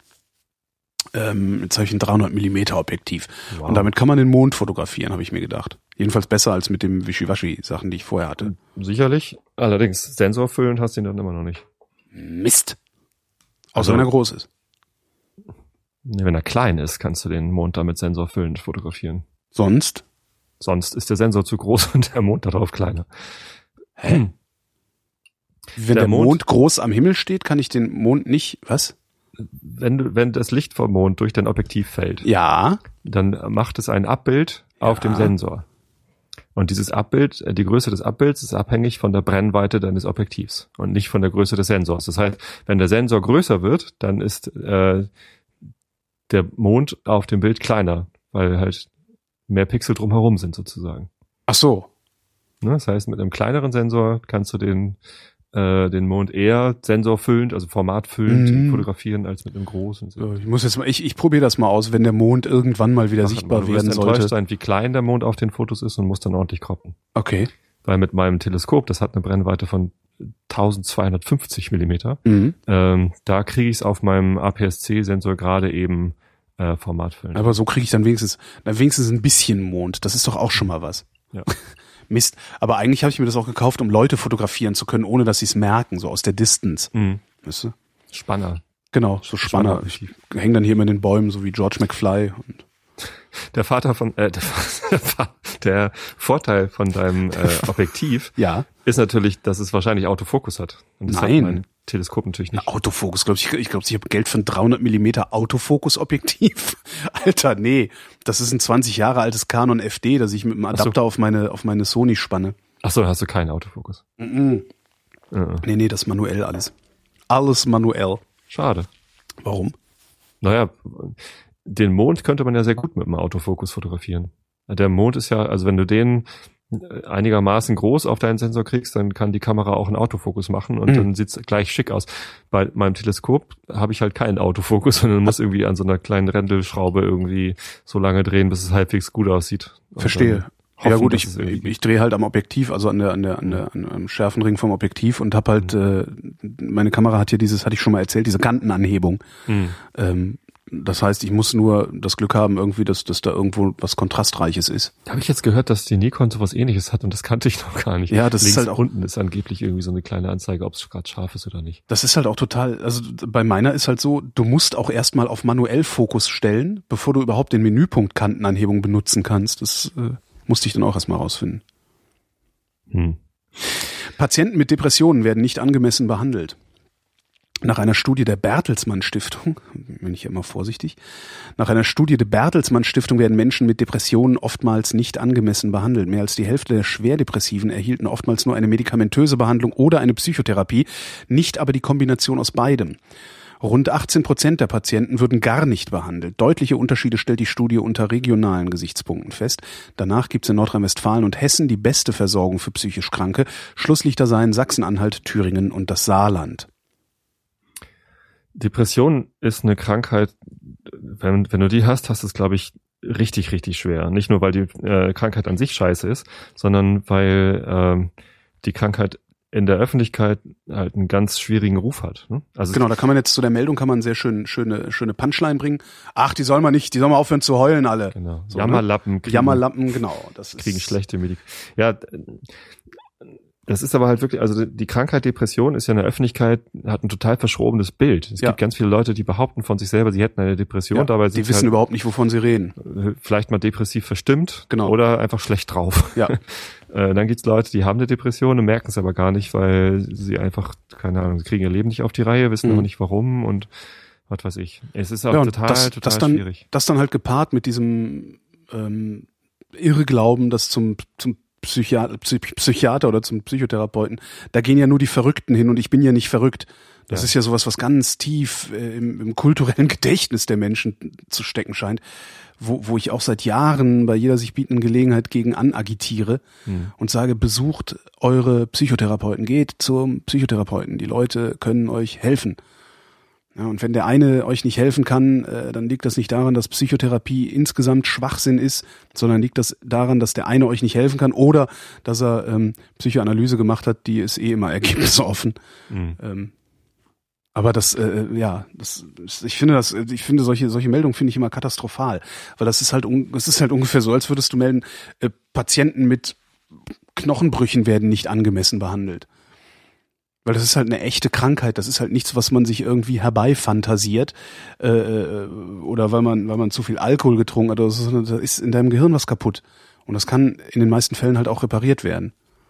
Speaker 1: Ähm, jetzt habe ich ein dreihundert Millimeter Objektiv. Wow. Und damit kann man den Mond fotografieren, habe ich mir gedacht. Jedenfalls besser als mit dem Wischiwaschi-Sachen, die ich vorher hatte.
Speaker 2: Sicherlich. Allerdings, sensorfüllend hast du ihn dann immer noch nicht.
Speaker 1: Mist. Außer
Speaker 2: Also,
Speaker 1: wenn er groß ist.
Speaker 2: Wenn er klein ist, kannst du den Mond damit sensorfüllend fotografieren.
Speaker 1: Sonst?
Speaker 2: Sonst ist der Sensor zu groß und der Mond darauf kleiner.
Speaker 1: Hä? Wenn der, der Mond, Mond groß am Himmel steht, kann ich den Mond nicht, was?
Speaker 2: Wenn du, wenn das Licht vom Mond durch dein Objektiv fällt,
Speaker 1: ja,
Speaker 2: dann macht es ein Abbild auf ja. dem Sensor. Und dieses Abbild, die Größe des Abbilds ist abhängig von der Brennweite deines Objektivs und nicht von der Größe des Sensors. Das heißt, wenn der Sensor größer wird, dann ist äh, der Mond auf dem Bild kleiner, weil halt mehr Pixel drumherum sind sozusagen.
Speaker 1: Ach so.
Speaker 2: Ne, das heißt, mit einem kleineren Sensor kannst du den äh, den Mond eher sensorfüllend, also formatfüllend mhm. fotografieren als mit einem großen.
Speaker 1: Ich muss jetzt mal, ich, ich probiere das mal aus, wenn der Mond irgendwann mal wieder Ach, sichtbar werden sollte. Du wirst enttäuscht
Speaker 2: sein, wie klein der Mond auf den Fotos ist und musst dann ordentlich croppen.
Speaker 1: Okay.
Speaker 2: Weil mit meinem Teleskop, das hat eine Brennweite von eintausendzweihundertfünfzig Millimeter,
Speaker 1: mhm.
Speaker 2: ähm, da kriege ich es auf meinem A P S C-Sensor gerade eben äh, formatfüllend.
Speaker 1: Aber so kriege ich dann wenigstens, dann wenigstens ein bisschen Mond. Das ist doch auch schon mal was.
Speaker 2: Ja.
Speaker 1: Mist. Aber eigentlich habe ich mir das auch gekauft, um Leute fotografieren zu können, ohne dass sie es merken, so aus der Distance.
Speaker 2: Mhm.
Speaker 1: Weißt du?
Speaker 2: Spanner.
Speaker 1: Genau, so Spanner. Ich hänge dann hier immer in den Bäumen, so wie George McFly. Und
Speaker 2: der Vater von, äh, der, der Vorteil von deinem äh, Objektiv
Speaker 1: ja.
Speaker 2: ist natürlich, dass es wahrscheinlich Autofokus hat. Und das
Speaker 1: Nein.
Speaker 2: hat mein Teleskop natürlich nicht.
Speaker 1: Autofokus, glaube ich. Ich glaube, ich habe Geld für ein dreihundert Millimeter Autofokus-Objektiv. Alter, nee. Das ist ein zwanzig Jahre altes Canon F D, das ich mit dem Adapter so. auf meine auf meine Sony spanne.
Speaker 2: Ach so, hast du keinen Autofokus?
Speaker 1: Mhm.
Speaker 2: Uh-uh.
Speaker 1: Nee, nee, das ist manuell alles. Alles manuell.
Speaker 2: Schade.
Speaker 1: Warum?
Speaker 2: Naja, den Mond könnte man ja sehr gut mit dem Autofokus fotografieren. Der Mond ist ja, also wenn du den einigermaßen groß auf deinen Sensor kriegst, dann kann die Kamera auch einen Autofokus machen und mhm. dann sieht's gleich schick aus. Bei meinem Teleskop habe ich halt keinen Autofokus, sondern muss irgendwie an so einer kleinen Rändelschraube irgendwie so lange drehen, bis es halbwegs gut aussieht.
Speaker 1: Verstehe.
Speaker 2: Hoffen,
Speaker 1: ja gut, ich, ich drehe halt am Objektiv, also an der an der an der an, am Schärfenring vom Objektiv und habe halt mhm. äh, meine Kamera hat hier dieses, hatte ich schon mal erzählt, diese Kantenanhebung.
Speaker 2: Mhm.
Speaker 1: Ähm, Das heißt, ich muss nur das Glück haben, irgendwie, dass, dass da irgendwo was Kontrastreiches ist.
Speaker 2: Da habe ich jetzt gehört, dass die Nikon sowas Ähnliches hat und das kannte ich noch gar nicht.
Speaker 1: Ja, das
Speaker 2: Links
Speaker 1: ist halt auch
Speaker 2: unten ist angeblich irgendwie so eine kleine Anzeige, ob es gerade scharf ist oder nicht.
Speaker 1: Das ist halt auch total, also bei meiner ist halt so, du musst auch erstmal auf manuell Fokus stellen, bevor du überhaupt den Menüpunkt Kantenanhebung benutzen kannst. Das äh, musste ich dann auch erstmal rausfinden.
Speaker 2: Hm.
Speaker 1: Patienten mit Depressionen werden nicht angemessen behandelt. Nach einer Studie der Bertelsmann Stiftung, bin ich ja immer vorsichtig, nach einer Studie der Bertelsmann Stiftung werden Menschen mit Depressionen oftmals nicht angemessen behandelt. Mehr als die Hälfte der Schwerdepressiven erhielten oftmals nur eine medikamentöse Behandlung oder eine Psychotherapie, nicht aber die Kombination aus beidem. Rund achtzehn Prozent der Patienten würden gar nicht behandelt. Deutliche Unterschiede stellt die Studie unter regionalen Gesichtspunkten fest. Danach gibt es in Nordrhein-Westfalen und Hessen die beste Versorgung für psychisch Kranke. Schlusslichter seien Sachsen-Anhalt, Thüringen und das Saarland.
Speaker 2: Depression ist eine Krankheit, wenn, wenn du die hast, hast du es, glaube ich, richtig, richtig schwer. Nicht nur, weil die äh, Krankheit an sich scheiße ist, sondern weil ähm, die Krankheit in der Öffentlichkeit halt einen ganz schwierigen Ruf hat. Ne? Also
Speaker 1: genau, da kann man jetzt zu der Meldung kann man sehr schön schöne schöne Punchline bringen. Ach, die sollen mal nicht, die sollen mal aufhören zu heulen alle.
Speaker 2: Genau.
Speaker 1: So,
Speaker 2: Jammerlappen.
Speaker 1: Ne? Kriegen, Jammerlappen, genau. Das ist
Speaker 2: kriegen schlechte Medikamente. Ja, das ist aber halt wirklich, also die Krankheit Depression ist ja in der Öffentlichkeit, hat ein total verschrobenes Bild. Es
Speaker 1: ja.
Speaker 2: gibt ganz viele Leute, die behaupten von sich selber, sie hätten eine Depression,
Speaker 1: ja,
Speaker 2: dabei
Speaker 1: die
Speaker 2: sind
Speaker 1: wissen
Speaker 2: halt
Speaker 1: überhaupt nicht, wovon sie reden.
Speaker 2: Vielleicht mal depressiv verstimmt
Speaker 1: genau.
Speaker 2: oder einfach schlecht drauf.
Speaker 1: Ja.
Speaker 2: Dann gibt's Leute, die haben eine Depression und merken es aber gar nicht, weil sie einfach, keine Ahnung, sie kriegen ihr Leben nicht auf die Reihe, wissen
Speaker 1: mhm.
Speaker 2: aber nicht warum und was weiß ich. Es ist auch
Speaker 1: ja,
Speaker 2: total,
Speaker 1: das,
Speaker 2: total
Speaker 1: das dann,
Speaker 2: schwierig.
Speaker 1: Das dann halt gepaart mit diesem ähm, Irrglauben, dass zum zum Psychiater, Psychiater oder zum Psychotherapeuten, da gehen ja nur die Verrückten hin und ich bin ja nicht verrückt. Das ja. ist ja sowas, was ganz tief äh, im, im kulturellen Gedächtnis der Menschen zu stecken scheint, wo, wo ich auch seit Jahren bei jeder sich bietenden Gelegenheit gegen anagitiere hm. und sage, besucht eure Psychotherapeuten, geht zum Psychotherapeuten, die Leute können euch helfen. Ja, und wenn der eine euch nicht helfen kann, äh, dann liegt das nicht daran, dass Psychotherapie insgesamt Schwachsinn ist, sondern liegt das daran, dass der eine euch nicht helfen kann oder dass er ähm, Psychoanalyse gemacht hat, die ist eh immer ergebnisoffen. Mhm. Ähm, aber das, äh, ja, das, ich finde das, ich finde solche solche Meldungen finde ich immer katastrophal, weil das ist halt, es ist halt ungefähr so, als würdest du melden, äh, Patienten mit Knochenbrüchen werden nicht angemessen behandelt. Weil das ist halt eine echte Krankheit, das ist halt nichts, was man sich irgendwie herbeifantasiert äh, oder weil man weil man zu viel Alkohol getrunken hat oder so, sondern da ist in deinem Gehirn was kaputt. Und das kann in den meisten Fällen halt auch repariert werden.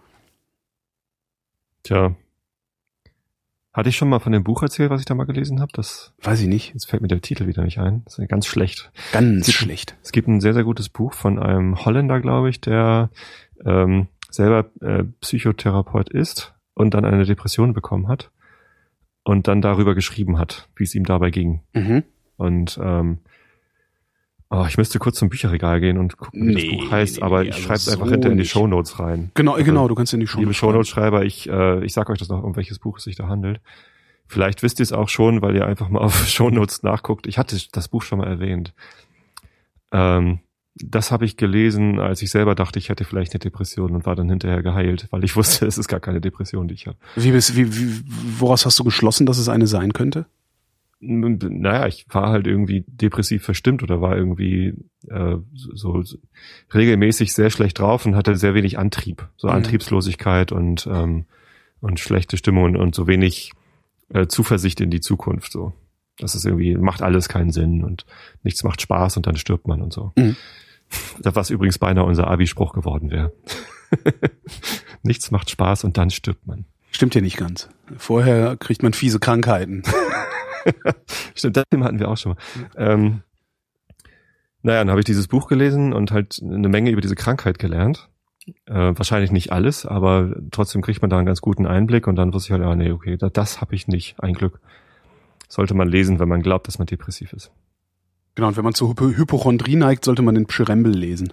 Speaker 2: Tja. Hatte ich schon mal von dem Buch erzählt, was ich da mal gelesen habe? Das
Speaker 1: weiß ich nicht.
Speaker 2: Jetzt fällt mir der Titel wieder nicht ein. Das ist ganz schlecht.
Speaker 1: Ganz
Speaker 2: es gibt,
Speaker 1: schlecht.
Speaker 2: Es gibt ein sehr, sehr gutes Buch von einem Holländer, glaube ich, der ähm, selber äh, Psychotherapeut ist und dann eine Depression bekommen hat und dann darüber geschrieben hat, wie es ihm dabei ging. Mhm. Und ähm, oh, ich müsste kurz zum Bücherregal gehen und gucken, wie nee, das Buch heißt, nee, aber nee, ich also schreibe es so einfach hinter in die Shownotes rein.
Speaker 1: Genau, also, genau, du kannst in die
Speaker 2: Shownotes. Liebe Shownotes-Schreiber, ich äh, ich sag euch das noch, um welches Buch es sich da handelt. Vielleicht wisst ihr es auch schon, weil ihr einfach mal auf Shownotes nachguckt. Ich hatte das Buch schon mal erwähnt. Ähm, Das habe ich gelesen, als ich selber dachte, ich hätte vielleicht eine Depression und war dann hinterher geheilt, weil ich wusste, es ist gar keine Depression, die ich habe.
Speaker 1: Wie, bist, wie, wie, woraus hast du geschlossen, dass es eine sein könnte?
Speaker 2: Naja, ich war halt irgendwie depressiv verstimmt oder war irgendwie äh, so, so regelmäßig sehr schlecht drauf und hatte sehr wenig Antrieb. So mhm. Antriebslosigkeit und ähm, und schlechte Stimmung und, und so wenig äh, Zuversicht in die Zukunft. So, das ist irgendwie, macht alles keinen Sinn und nichts macht Spaß und dann stirbt man und so. Mhm. Was übrigens beinahe unser Abi-Spruch geworden wäre. Nichts macht Spaß und dann stirbt man.
Speaker 1: Stimmt ja nicht ganz. Vorher kriegt man fiese Krankheiten.
Speaker 2: Stimmt, das Thema hatten wir auch schon mal. Ähm, naja, dann habe ich dieses Buch gelesen und halt eine Menge über diese Krankheit gelernt. Äh, wahrscheinlich nicht alles, aber trotzdem kriegt man da einen ganz guten Einblick und dann wusste ich halt, ah nee, okay, das, das habe ich nicht. Ein Glück. Sollte man lesen, wenn man glaubt, dass man depressiv ist.
Speaker 1: Genau, und wenn man zu Hypo- Hypochondrie neigt, sollte man den Pschyrembel lesen.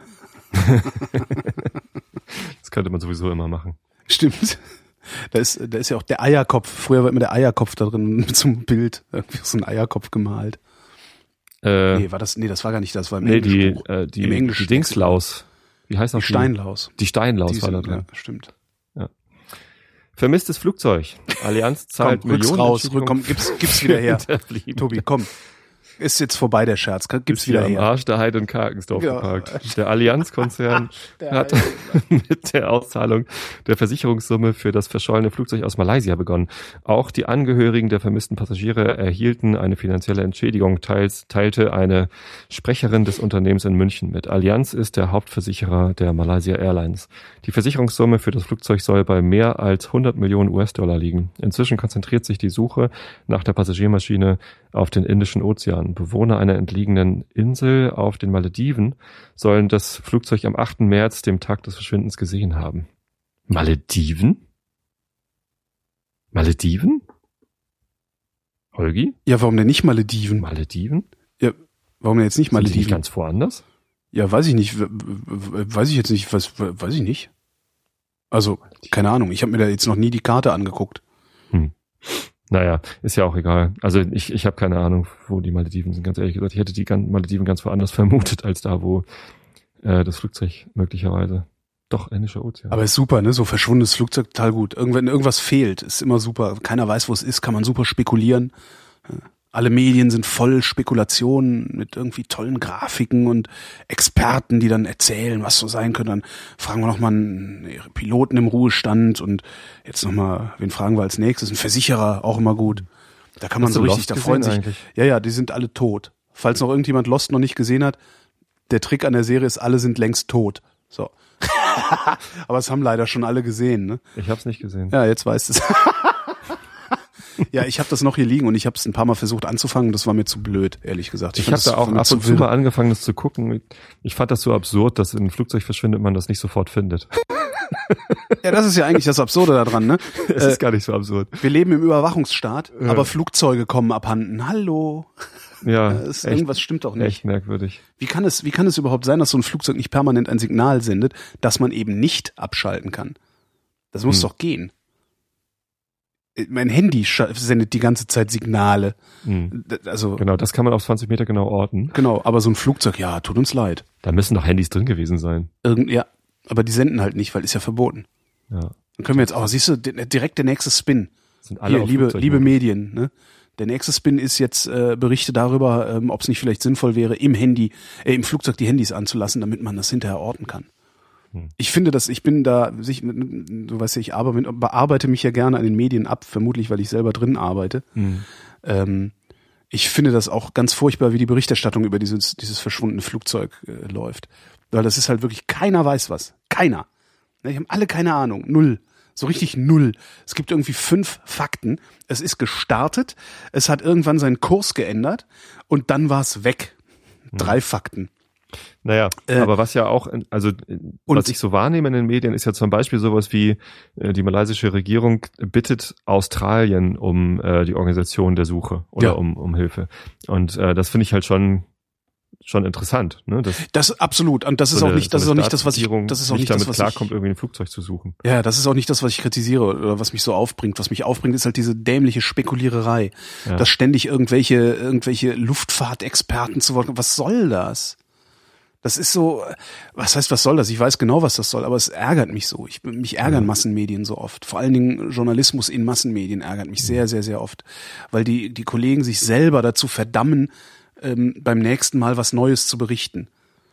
Speaker 2: Das könnte man sowieso immer machen.
Speaker 1: Stimmt. Da ist, da ist ja auch der Eierkopf. Früher war immer der Eierkopf da drin mit so einem Bild. Irgendwie so ein Eierkopf gemalt. Äh, nee, war das, nee, das war gar nicht das, war im
Speaker 2: nee,
Speaker 1: Englischen.
Speaker 2: Die, äh, die, Im Englischen. Die Dingslaus. Wie heißt das?
Speaker 1: Die Steinlaus.
Speaker 2: Die Steinlaus die
Speaker 1: war
Speaker 2: da drin.
Speaker 1: Ja, stimmt.
Speaker 2: Ja. Vermisstes Flugzeug. Allianz zahlt
Speaker 1: komm,
Speaker 2: Millionen.
Speaker 1: Raus, komm, gib's, gib's wieder her. Tobi, komm. Ist jetzt vorbei, der Scherz. Gib's
Speaker 2: ist
Speaker 1: wieder
Speaker 2: her. Am Arsch der Heide in Karkensdorf ja. geparkt. Der Allianz-Konzern hat mit der Auszahlung der Versicherungssumme für das verschollene Flugzeug aus Malaysia begonnen. Auch die Angehörigen der vermissten Passagiere erhielten eine finanzielle Entschädigung, teils teilte eine Sprecherin des Unternehmens in München mit. Allianz ist der Hauptversicherer der Malaysia Airlines. Die Versicherungssumme für das Flugzeug soll bei mehr als hundert Millionen U S Dollar liegen. Inzwischen konzentriert sich die Suche nach der Passagiermaschine auf den Indischen Ozean. Bewohner einer entliegenen Insel auf den Malediven sollen das Flugzeug am achten März, dem Tag des Verschwindens, gesehen haben. Malediven? Malediven? Holgi?
Speaker 1: Ja, warum denn nicht Malediven?
Speaker 2: Malediven?
Speaker 1: Ja, warum denn jetzt nicht Malediven?
Speaker 2: Sind die nicht ganz woanders?
Speaker 1: Ja, weiß ich nicht. Weiß ich jetzt nicht. Was, weiß ich nicht. Also, keine Ahnung. Ich habe mir da jetzt noch nie die Karte angeguckt. Hm.
Speaker 2: Naja, ist ja auch egal. Also ich, ich habe keine Ahnung, wo die Malediven sind, ganz ehrlich gesagt. Ich hätte die Malediven ganz woanders vermutet, als da, wo äh, das Flugzeug möglicherweise doch Indischer Ozean.
Speaker 1: Aber ist super, ne? So verschwundenes Flugzeug, total gut. Irgendwann irgendwas fehlt, ist immer super. Keiner weiß, wo es ist, kann man super spekulieren. Alle Medien sind voll Spekulationen mit irgendwie tollen Grafiken und Experten, die dann erzählen, was so sein könnte. Dann fragen wir nochmal einen Piloten im Ruhestand und jetzt nochmal, wen fragen wir als nächstes? Ein Versicherer, auch immer gut. Da kann man
Speaker 2: Hast
Speaker 1: so richtig,
Speaker 2: Lost
Speaker 1: da freuen sich.
Speaker 2: Eigentlich?
Speaker 1: Ja, ja, die sind alle tot. Falls noch irgendjemand Lost noch nicht gesehen hat, der Trick an der Serie ist, alle sind längst tot. So. Aber es haben leider schon alle gesehen, ne?
Speaker 2: Ich hab's nicht gesehen.
Speaker 1: Ja, jetzt weißt du es. Ja, ich habe das noch hier liegen und ich habe es ein paar Mal versucht anzufangen. Das war mir zu blöd, ehrlich gesagt.
Speaker 2: Ich, ich habe da auch ab und zu mal angefangen, das zu gucken. Ich fand das so absurd, dass in einem Flugzeug verschwindet, man das nicht sofort findet.
Speaker 1: Ja, das ist ja eigentlich das Absurde daran, ne?
Speaker 2: Es ist gar nicht so absurd.
Speaker 1: Wir leben im Überwachungsstaat,
Speaker 2: ja.
Speaker 1: aber Flugzeuge kommen abhanden. Hallo.
Speaker 2: Ja,
Speaker 1: ist, echt, irgendwas stimmt doch nicht.
Speaker 2: Echt merkwürdig.
Speaker 1: Wie kann es, wie kann es überhaupt sein, dass so ein Flugzeug nicht permanent ein Signal sendet, dass man eben nicht abschalten kann? Das muss hm. doch gehen. Mein Handy sendet die ganze Zeit Signale.
Speaker 2: Mhm.
Speaker 1: Also
Speaker 2: genau, das kann man auf zwanzig Meter genau orten.
Speaker 1: Genau, aber so ein Flugzeug, ja, tut uns leid.
Speaker 2: Da müssen doch Handys drin gewesen sein.
Speaker 1: Irgend, ja, aber die senden halt nicht, weil ist ja verboten.
Speaker 2: Ja.
Speaker 1: Dann können wir jetzt auch, siehst du, direkt der nächste Spin.
Speaker 2: Sind alle
Speaker 1: Hier, liebe, liebe Medien, ne? Der nächste Spin ist jetzt äh, Berichte darüber, ähm, ob es nicht vielleicht sinnvoll wäre, im Handy, äh, im Flugzeug die Handys anzulassen, damit man das hinterher orten kann. Hm. Ich finde, dass ich bin da, ich, du weißt ja, ich arbeite, bearbeite mich ja gerne an den Medien ab, vermutlich, weil ich selber drin arbeite. Hm. Ähm, ich finde das auch ganz furchtbar, wie die Berichterstattung über dieses, dieses verschwundene Flugzeug äh, läuft. Weil das ist halt wirklich, keiner weiß was. Keiner. Die haben alle keine Ahnung. Null. So richtig null. Es gibt irgendwie fünf Fakten. Es ist gestartet, es hat irgendwann seinen Kurs geändert und dann war es weg. Drei hm. Fakten.
Speaker 2: Naja, äh, aber was ja auch, also was ich so wahrnehme in den Medien, ist ja zum Beispiel sowas wie, äh, die malaysische Regierung bittet Australien um äh, die Organisation der Suche oder ja. um, um Hilfe. Und äh, das finde ich halt schon schon interessant, ne? Das,
Speaker 1: das absolut. Und das
Speaker 2: so
Speaker 1: ist auch
Speaker 2: eine,
Speaker 1: nicht, das
Speaker 2: so
Speaker 1: ist auch nicht das, was ich, das ist auch nicht
Speaker 2: damit
Speaker 1: das, was
Speaker 2: klarkommt,
Speaker 1: ich,
Speaker 2: irgendwie ein Flugzeug zu suchen.
Speaker 1: Ja, das ist auch nicht das, was ich kritisiere oder was mich so aufbringt. Was mich aufbringt, ist halt diese dämliche Spekuliererei, ja. dass ständig irgendwelche irgendwelche Luftfahrtexperten zu Wort kommen. Was soll das? Das ist so, was heißt, was soll das? Ich weiß genau, was das soll, aber es ärgert mich so. Ich, mich ärgern Massenmedien so oft. Vor allen Dingen Journalismus in Massenmedien ärgert mich sehr, sehr, sehr oft. Weil die, die Kollegen sich selber dazu verdammen, ähm, beim nächsten Mal was Neues zu berichten.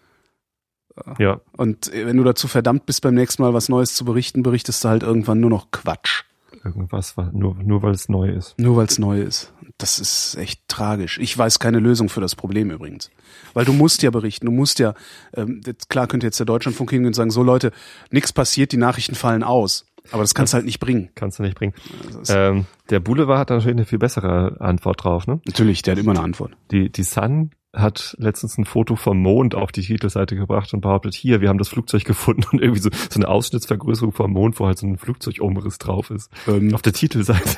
Speaker 2: Ja.
Speaker 1: Und wenn du dazu verdammt bist, beim nächsten Mal was Neues zu berichten, berichtest du halt irgendwann nur noch Quatsch.
Speaker 2: Irgendwas, nur, nur weil es neu ist.
Speaker 1: Nur weil es neu ist. Das ist echt tragisch. Ich weiß keine Lösung für das Problem übrigens. Weil du musst ja berichten, du musst ja, ähm, klar könnte jetzt der Deutschlandfunk hingehen und sagen, so Leute, nichts passiert, die Nachrichten fallen aus. Aber das kannst du halt nicht bringen.
Speaker 2: Kannst du nicht bringen. Also ähm, der Boulevard hat natürlich eine viel bessere Antwort drauf, ne?
Speaker 1: Natürlich, der hat immer eine Antwort.
Speaker 2: Die, die Sun hat letztens ein Foto vom Mond auf die Titelseite gebracht und behauptet, hier, wir haben das Flugzeug gefunden und irgendwie so, so eine Ausschnittsvergrößerung vom Mond, wo halt so ein Flugzeugumriss drauf ist. Ähm, auf der Titelseite.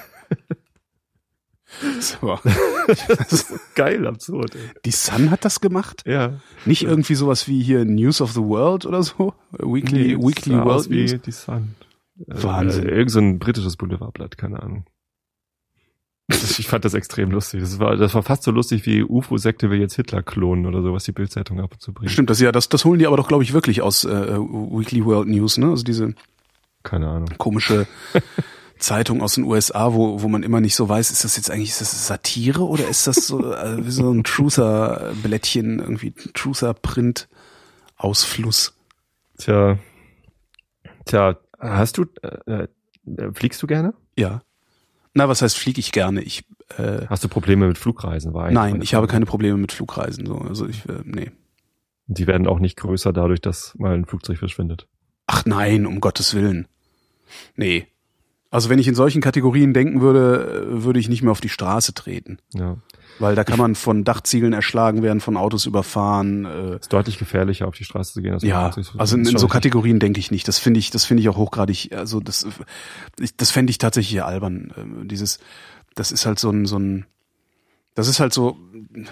Speaker 1: So.
Speaker 2: Das ist geil, absurd. Ey.
Speaker 1: Die Sun hat das gemacht?
Speaker 2: Ja.
Speaker 1: Nicht irgendwie sowas wie hier News of the World oder so? Weekly,
Speaker 2: nee,
Speaker 1: Weekly World
Speaker 2: wie
Speaker 1: News?
Speaker 2: Die Sun.
Speaker 1: Wahnsinn.
Speaker 2: Äh, irgend so ein britisches Boulevardblatt, keine Ahnung. Ich fand das extrem lustig. Das war, das war fast so lustig wie U F O-Sekte will jetzt Hitler klonen oder so, was die Bild-Zeitung ab und zu bringt.
Speaker 1: Stimmt, das ja, das, das holen die aber doch, glaube ich, wirklich aus äh, Weekly World News, ne? Also diese
Speaker 2: keine Ahnung.
Speaker 1: Komische Zeitung aus den U S A, wo wo man immer nicht so weiß, ist das jetzt eigentlich, ist das Satire oder ist das so äh, wie so ein Truther-Blättchen, irgendwie Truther-Print-Ausfluss?
Speaker 2: Tja, tja, hast du, äh, äh, fliegst du gerne?
Speaker 1: Ja. Na, was heißt fliege ich gerne? Ich äh,
Speaker 2: Hast du Probleme mit Flugreisen? War
Speaker 1: Nein, ich habe keine Probleme mit Flugreisen. So, also ich, äh, nee.
Speaker 2: Die werden auch nicht größer dadurch, dass mal ein Flugzeug verschwindet.
Speaker 1: Ach nein, um Gottes Willen. Nee. Also wenn ich in solchen Kategorien denken würde, würde ich nicht mehr auf die Straße treten.
Speaker 2: Ja.
Speaker 1: Weil da kann man von Dachziegeln erschlagen werden, von Autos überfahren. Äh,
Speaker 2: ist deutlich gefährlicher, auf die Straße zu gehen. Als
Speaker 1: ja, also in, in so Kategorien denke ich nicht. Das finde ich, das finde ich auch hochgradig. Also das, ich, das fände ich tatsächlich albern. Äh, dieses, das ist halt so ein, so ein, das ist halt so.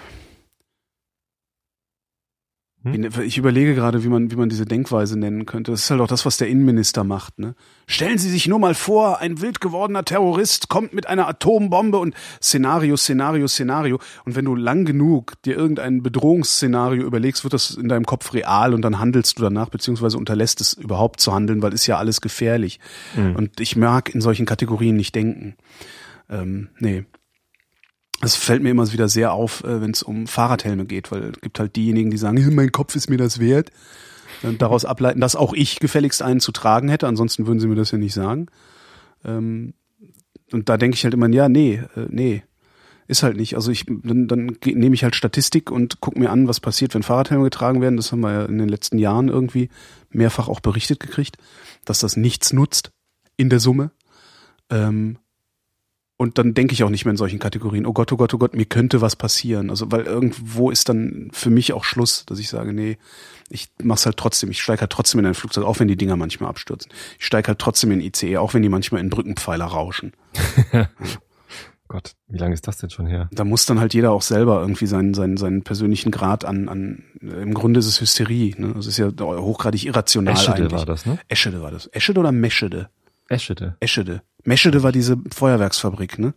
Speaker 1: Hm? Ich überlege gerade, wie man, wie man diese Denkweise nennen könnte. Das ist halt auch das, was der Innenminister macht, ne? Stellen Sie sich nur mal vor, ein wild gewordener Terrorist kommt mit einer Atombombe und Szenario, Szenario, Szenario. Und wenn du lang genug dir irgendein Bedrohungsszenario überlegst, wird das in deinem Kopf real und dann handelst du danach, beziehungsweise unterlässt es überhaupt zu handeln, weil ist ja alles gefährlich. Mhm. Und ich mag in solchen Kategorien nicht denken. Ähm, nee. Es fällt mir immer wieder sehr auf, wenn es um Fahrradhelme geht, weil es gibt halt diejenigen, die sagen, mein Kopf ist mir das wert. Und daraus ableiten, dass auch ich gefälligst einen zu tragen hätte, ansonsten würden sie mir das ja nicht sagen. Und da denke ich halt immer, ja, nee, nee, ist halt nicht. Also ich dann, dann nehme ich halt Statistik und gucke mir an, was passiert, wenn Fahrradhelme getragen werden. Das haben wir ja in den letzten Jahren irgendwie mehrfach auch berichtet gekriegt, dass das nichts nutzt in der Summe. Ähm, Und dann denke ich auch nicht mehr in solchen Kategorien, oh Gott, oh Gott, oh Gott, mir könnte was passieren. Also weil irgendwo ist dann für mich auch Schluss, dass ich sage, nee, ich mach's halt trotzdem. Ich steige halt trotzdem in ein Flugzeug, auch wenn die Dinger manchmal abstürzen. Ich steige halt trotzdem in I C E, auch wenn die manchmal in Brückenpfeiler rauschen. Ja.
Speaker 2: Gott, wie lange ist das denn schon her?
Speaker 1: Da muss dann halt jeder auch selber irgendwie seinen seinen seinen persönlichen Grad an, an im Grunde ist es Hysterie. Ne? Das ist ja hochgradig irrational
Speaker 2: Eschede
Speaker 1: eigentlich.
Speaker 2: war das, ne?
Speaker 1: Eschede war das. Eschede oder Meschede?
Speaker 2: Eschede.
Speaker 1: Eschede. Meschede war diese Feuerwerksfabrik, ne?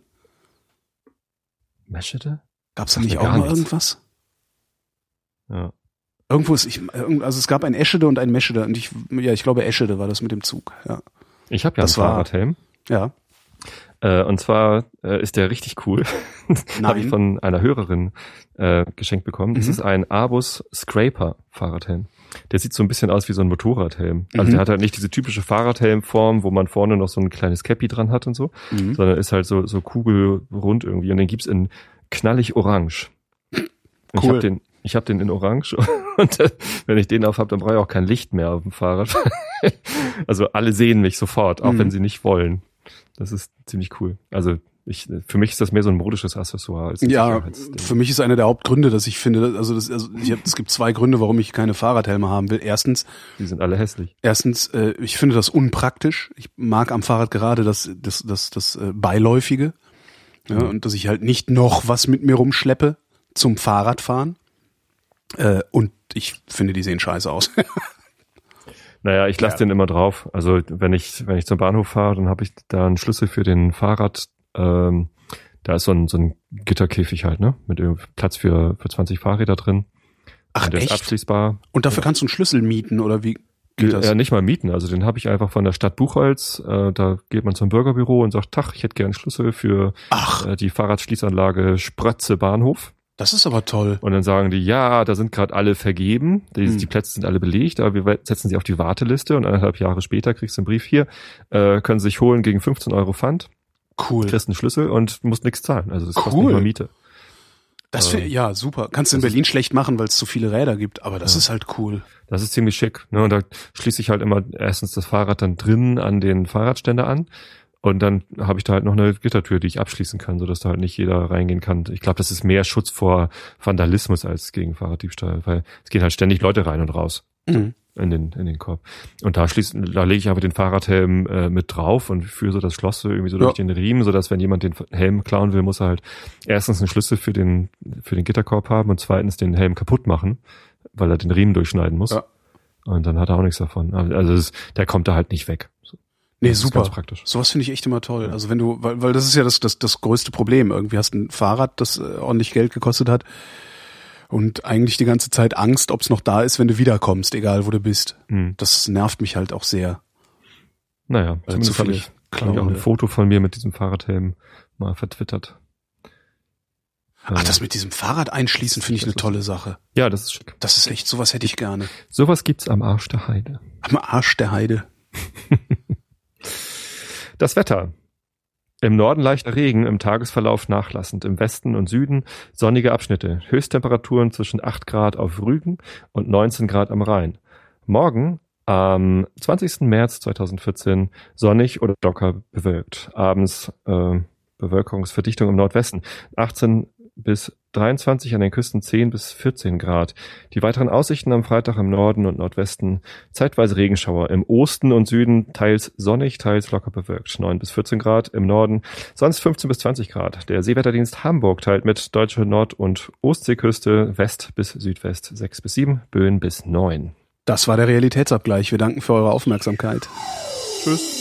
Speaker 2: Meschede?
Speaker 1: Gab's da nicht auch mal nichts. Irgendwas?
Speaker 2: Ja.
Speaker 1: Irgendwo ist, ich, also es gab ein Eschede und ein Meschede und ich, ja, ich glaube Eschede war das mit dem Zug, ja.
Speaker 2: Ich habe ja
Speaker 1: das
Speaker 2: einen
Speaker 1: war,
Speaker 2: Fahrradhelm.
Speaker 1: Ja.
Speaker 2: Äh, und zwar äh, ist der richtig cool. Habe ich von einer Hörerin äh, geschenkt bekommen. Das mhm. ist ein Abus Scraper Fahrradhelm. Der sieht so ein bisschen aus wie so ein Motorradhelm. Also mhm. der hat halt nicht diese typische Fahrradhelmform, wo man vorne noch so ein kleines Cappy dran hat und so, mhm. sondern ist halt so so kugelrund irgendwie. Und den gibt's in knallig orange. Und cool. Ich habe den Ich habe den in Orange und äh, wenn ich den auf habe, dann brauche ich auch kein Licht mehr auf dem Fahrrad. Also alle sehen mich sofort, auch mhm. wenn sie nicht wollen. Das ist ziemlich cool. Also ich, für mich ist das mehr so ein modisches Accessoire als ein
Speaker 1: Ja, für mich ist einer der Hauptgründe, dass ich finde, also, das, also ich hab, es gibt zwei Gründe, warum ich keine Fahrradhelme haben will. Erstens,
Speaker 2: die sind alle hässlich.
Speaker 1: Erstens, äh, ich finde das unpraktisch. Ich mag am Fahrrad gerade das das das das äh, Beiläufige, ja, mhm. und dass ich halt nicht noch was mit mir rumschleppe zum Fahrradfahren. Äh, und ich finde, die sehen scheiße aus.
Speaker 2: Naja, ich lasse ja. den immer drauf. Also wenn ich wenn ich zum Bahnhof fahre, dann habe ich da einen Schlüssel für den Fahrrad. Ähm, da ist so ein so ein Gitterkäfig halt, ne, mit Platz für für zwanzig Fahrräder drin.
Speaker 1: Ach,
Speaker 2: und der
Speaker 1: echt?
Speaker 2: ist abschließbar.
Speaker 1: Und dafür ja. kannst du einen Schlüssel mieten oder wie geht das?
Speaker 2: Ja, nicht mal mieten. Also den habe ich einfach von der Stadt Buchholz. Äh, da geht man zum Bürgerbüro und sagt, Tach, ich hätte gerne einen Schlüssel für äh, die Fahrradschließanlage Sprötze Bahnhof.
Speaker 1: Das ist aber toll.
Speaker 2: Und dann sagen die, ja, da sind gerade alle vergeben, die, hm. die Plätze sind alle belegt, aber wir setzen sie auf die Warteliste und eineinhalb Jahre später kriegst du einen Brief hier, äh, können sie sich holen gegen fünfzehn Euro Pfand.
Speaker 1: Cool.
Speaker 2: Kriegst einen Schlüssel und musst nichts zahlen. Also das
Speaker 1: cool.
Speaker 2: kostet nicht mal Miete.
Speaker 1: Das für, ja, super. Kannst du in Berlin schlecht machen, weil es zu viele Räder gibt, aber das ja. ist halt cool.
Speaker 2: Das ist ziemlich schick. Ne? Und da schließe ich halt immer erstens das Fahrrad dann drinnen an den Fahrradständer an. Und dann habe ich da halt noch eine Gittertür, die ich abschließen kann, sodass da halt nicht jeder reingehen kann. Ich glaube, das ist mehr Schutz vor Vandalismus als gegen Fahrraddiebstahl, weil es gehen halt ständig Leute rein und raus mhm. in den in den Korb. Und da schließt, da lege ich aber den Fahrradhelm äh, mit drauf und führe so das Schloss so irgendwie so ja. durch den Riemen, sodass wenn jemand den Helm klauen will, muss er halt erstens einen Schlüssel für den für den Gitterkorb haben und zweitens den Helm kaputt machen, weil er den Riemen durchschneiden muss. Ja. Und dann hat er auch nichts davon. Also es, der kommt da halt nicht weg.
Speaker 1: Nee, das super. Praktisch. Sowas finde ich echt immer toll. Also wenn du, weil, weil das ist ja das, das, das größte Problem. Irgendwie hast du ein Fahrrad, das äh, ordentlich Geld gekostet hat und eigentlich die ganze Zeit Angst, ob es noch da ist, wenn du wiederkommst, egal wo du bist. Mhm. Das nervt mich halt auch sehr.
Speaker 2: Naja,
Speaker 1: weil zu viele
Speaker 2: ich, hab ich auch ein Foto von mir mit diesem Fahrradhelm mal vertwittert.
Speaker 1: Ach, das mit diesem Fahrrad einschließen finde ich eine tolle Sache.
Speaker 2: Ja, das ist schick.
Speaker 1: Das ist echt, sowas hätte ich gerne.
Speaker 2: Sowas gibt's am Arsch der Heide.
Speaker 1: Am Arsch der Heide.
Speaker 2: Das Wetter. Im Norden leichter Regen, im Tagesverlauf nachlassend. Im Westen und Süden sonnige Abschnitte. Höchsttemperaturen zwischen acht Grad auf Rügen und neunzehn Grad am Rhein. Morgen am zwanzigsten März zweitausendvierzehn sonnig oder locker bewölkt. Abends äh, Bewölkungsverdichtung im Nordwesten. achtzehn bis dreiundzwanzig, an den Küsten zehn bis vierzehn Grad. Die weiteren Aussichten am Freitag im Norden und Nordwesten, zeitweise Regenschauer. Im Osten und Süden teils sonnig, teils locker bewölkt. neun bis vierzehn Grad im Norden, sonst fünfzehn bis zwanzig Grad. Der Seewetterdienst Hamburg teilt mit deutsche Nord- und Ostseeküste West bis Südwest sechs bis sieben, Böen bis neun.
Speaker 1: Das war der Realitätsabgleich. Wir danken für eure Aufmerksamkeit. Tschüss.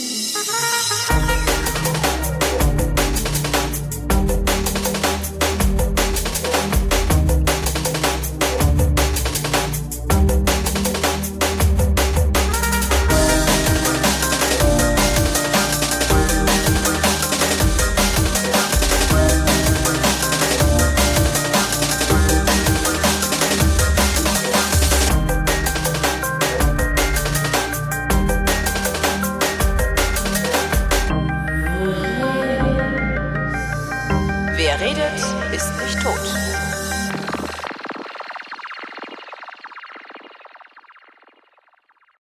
Speaker 3: Wer redet, ist nicht tot.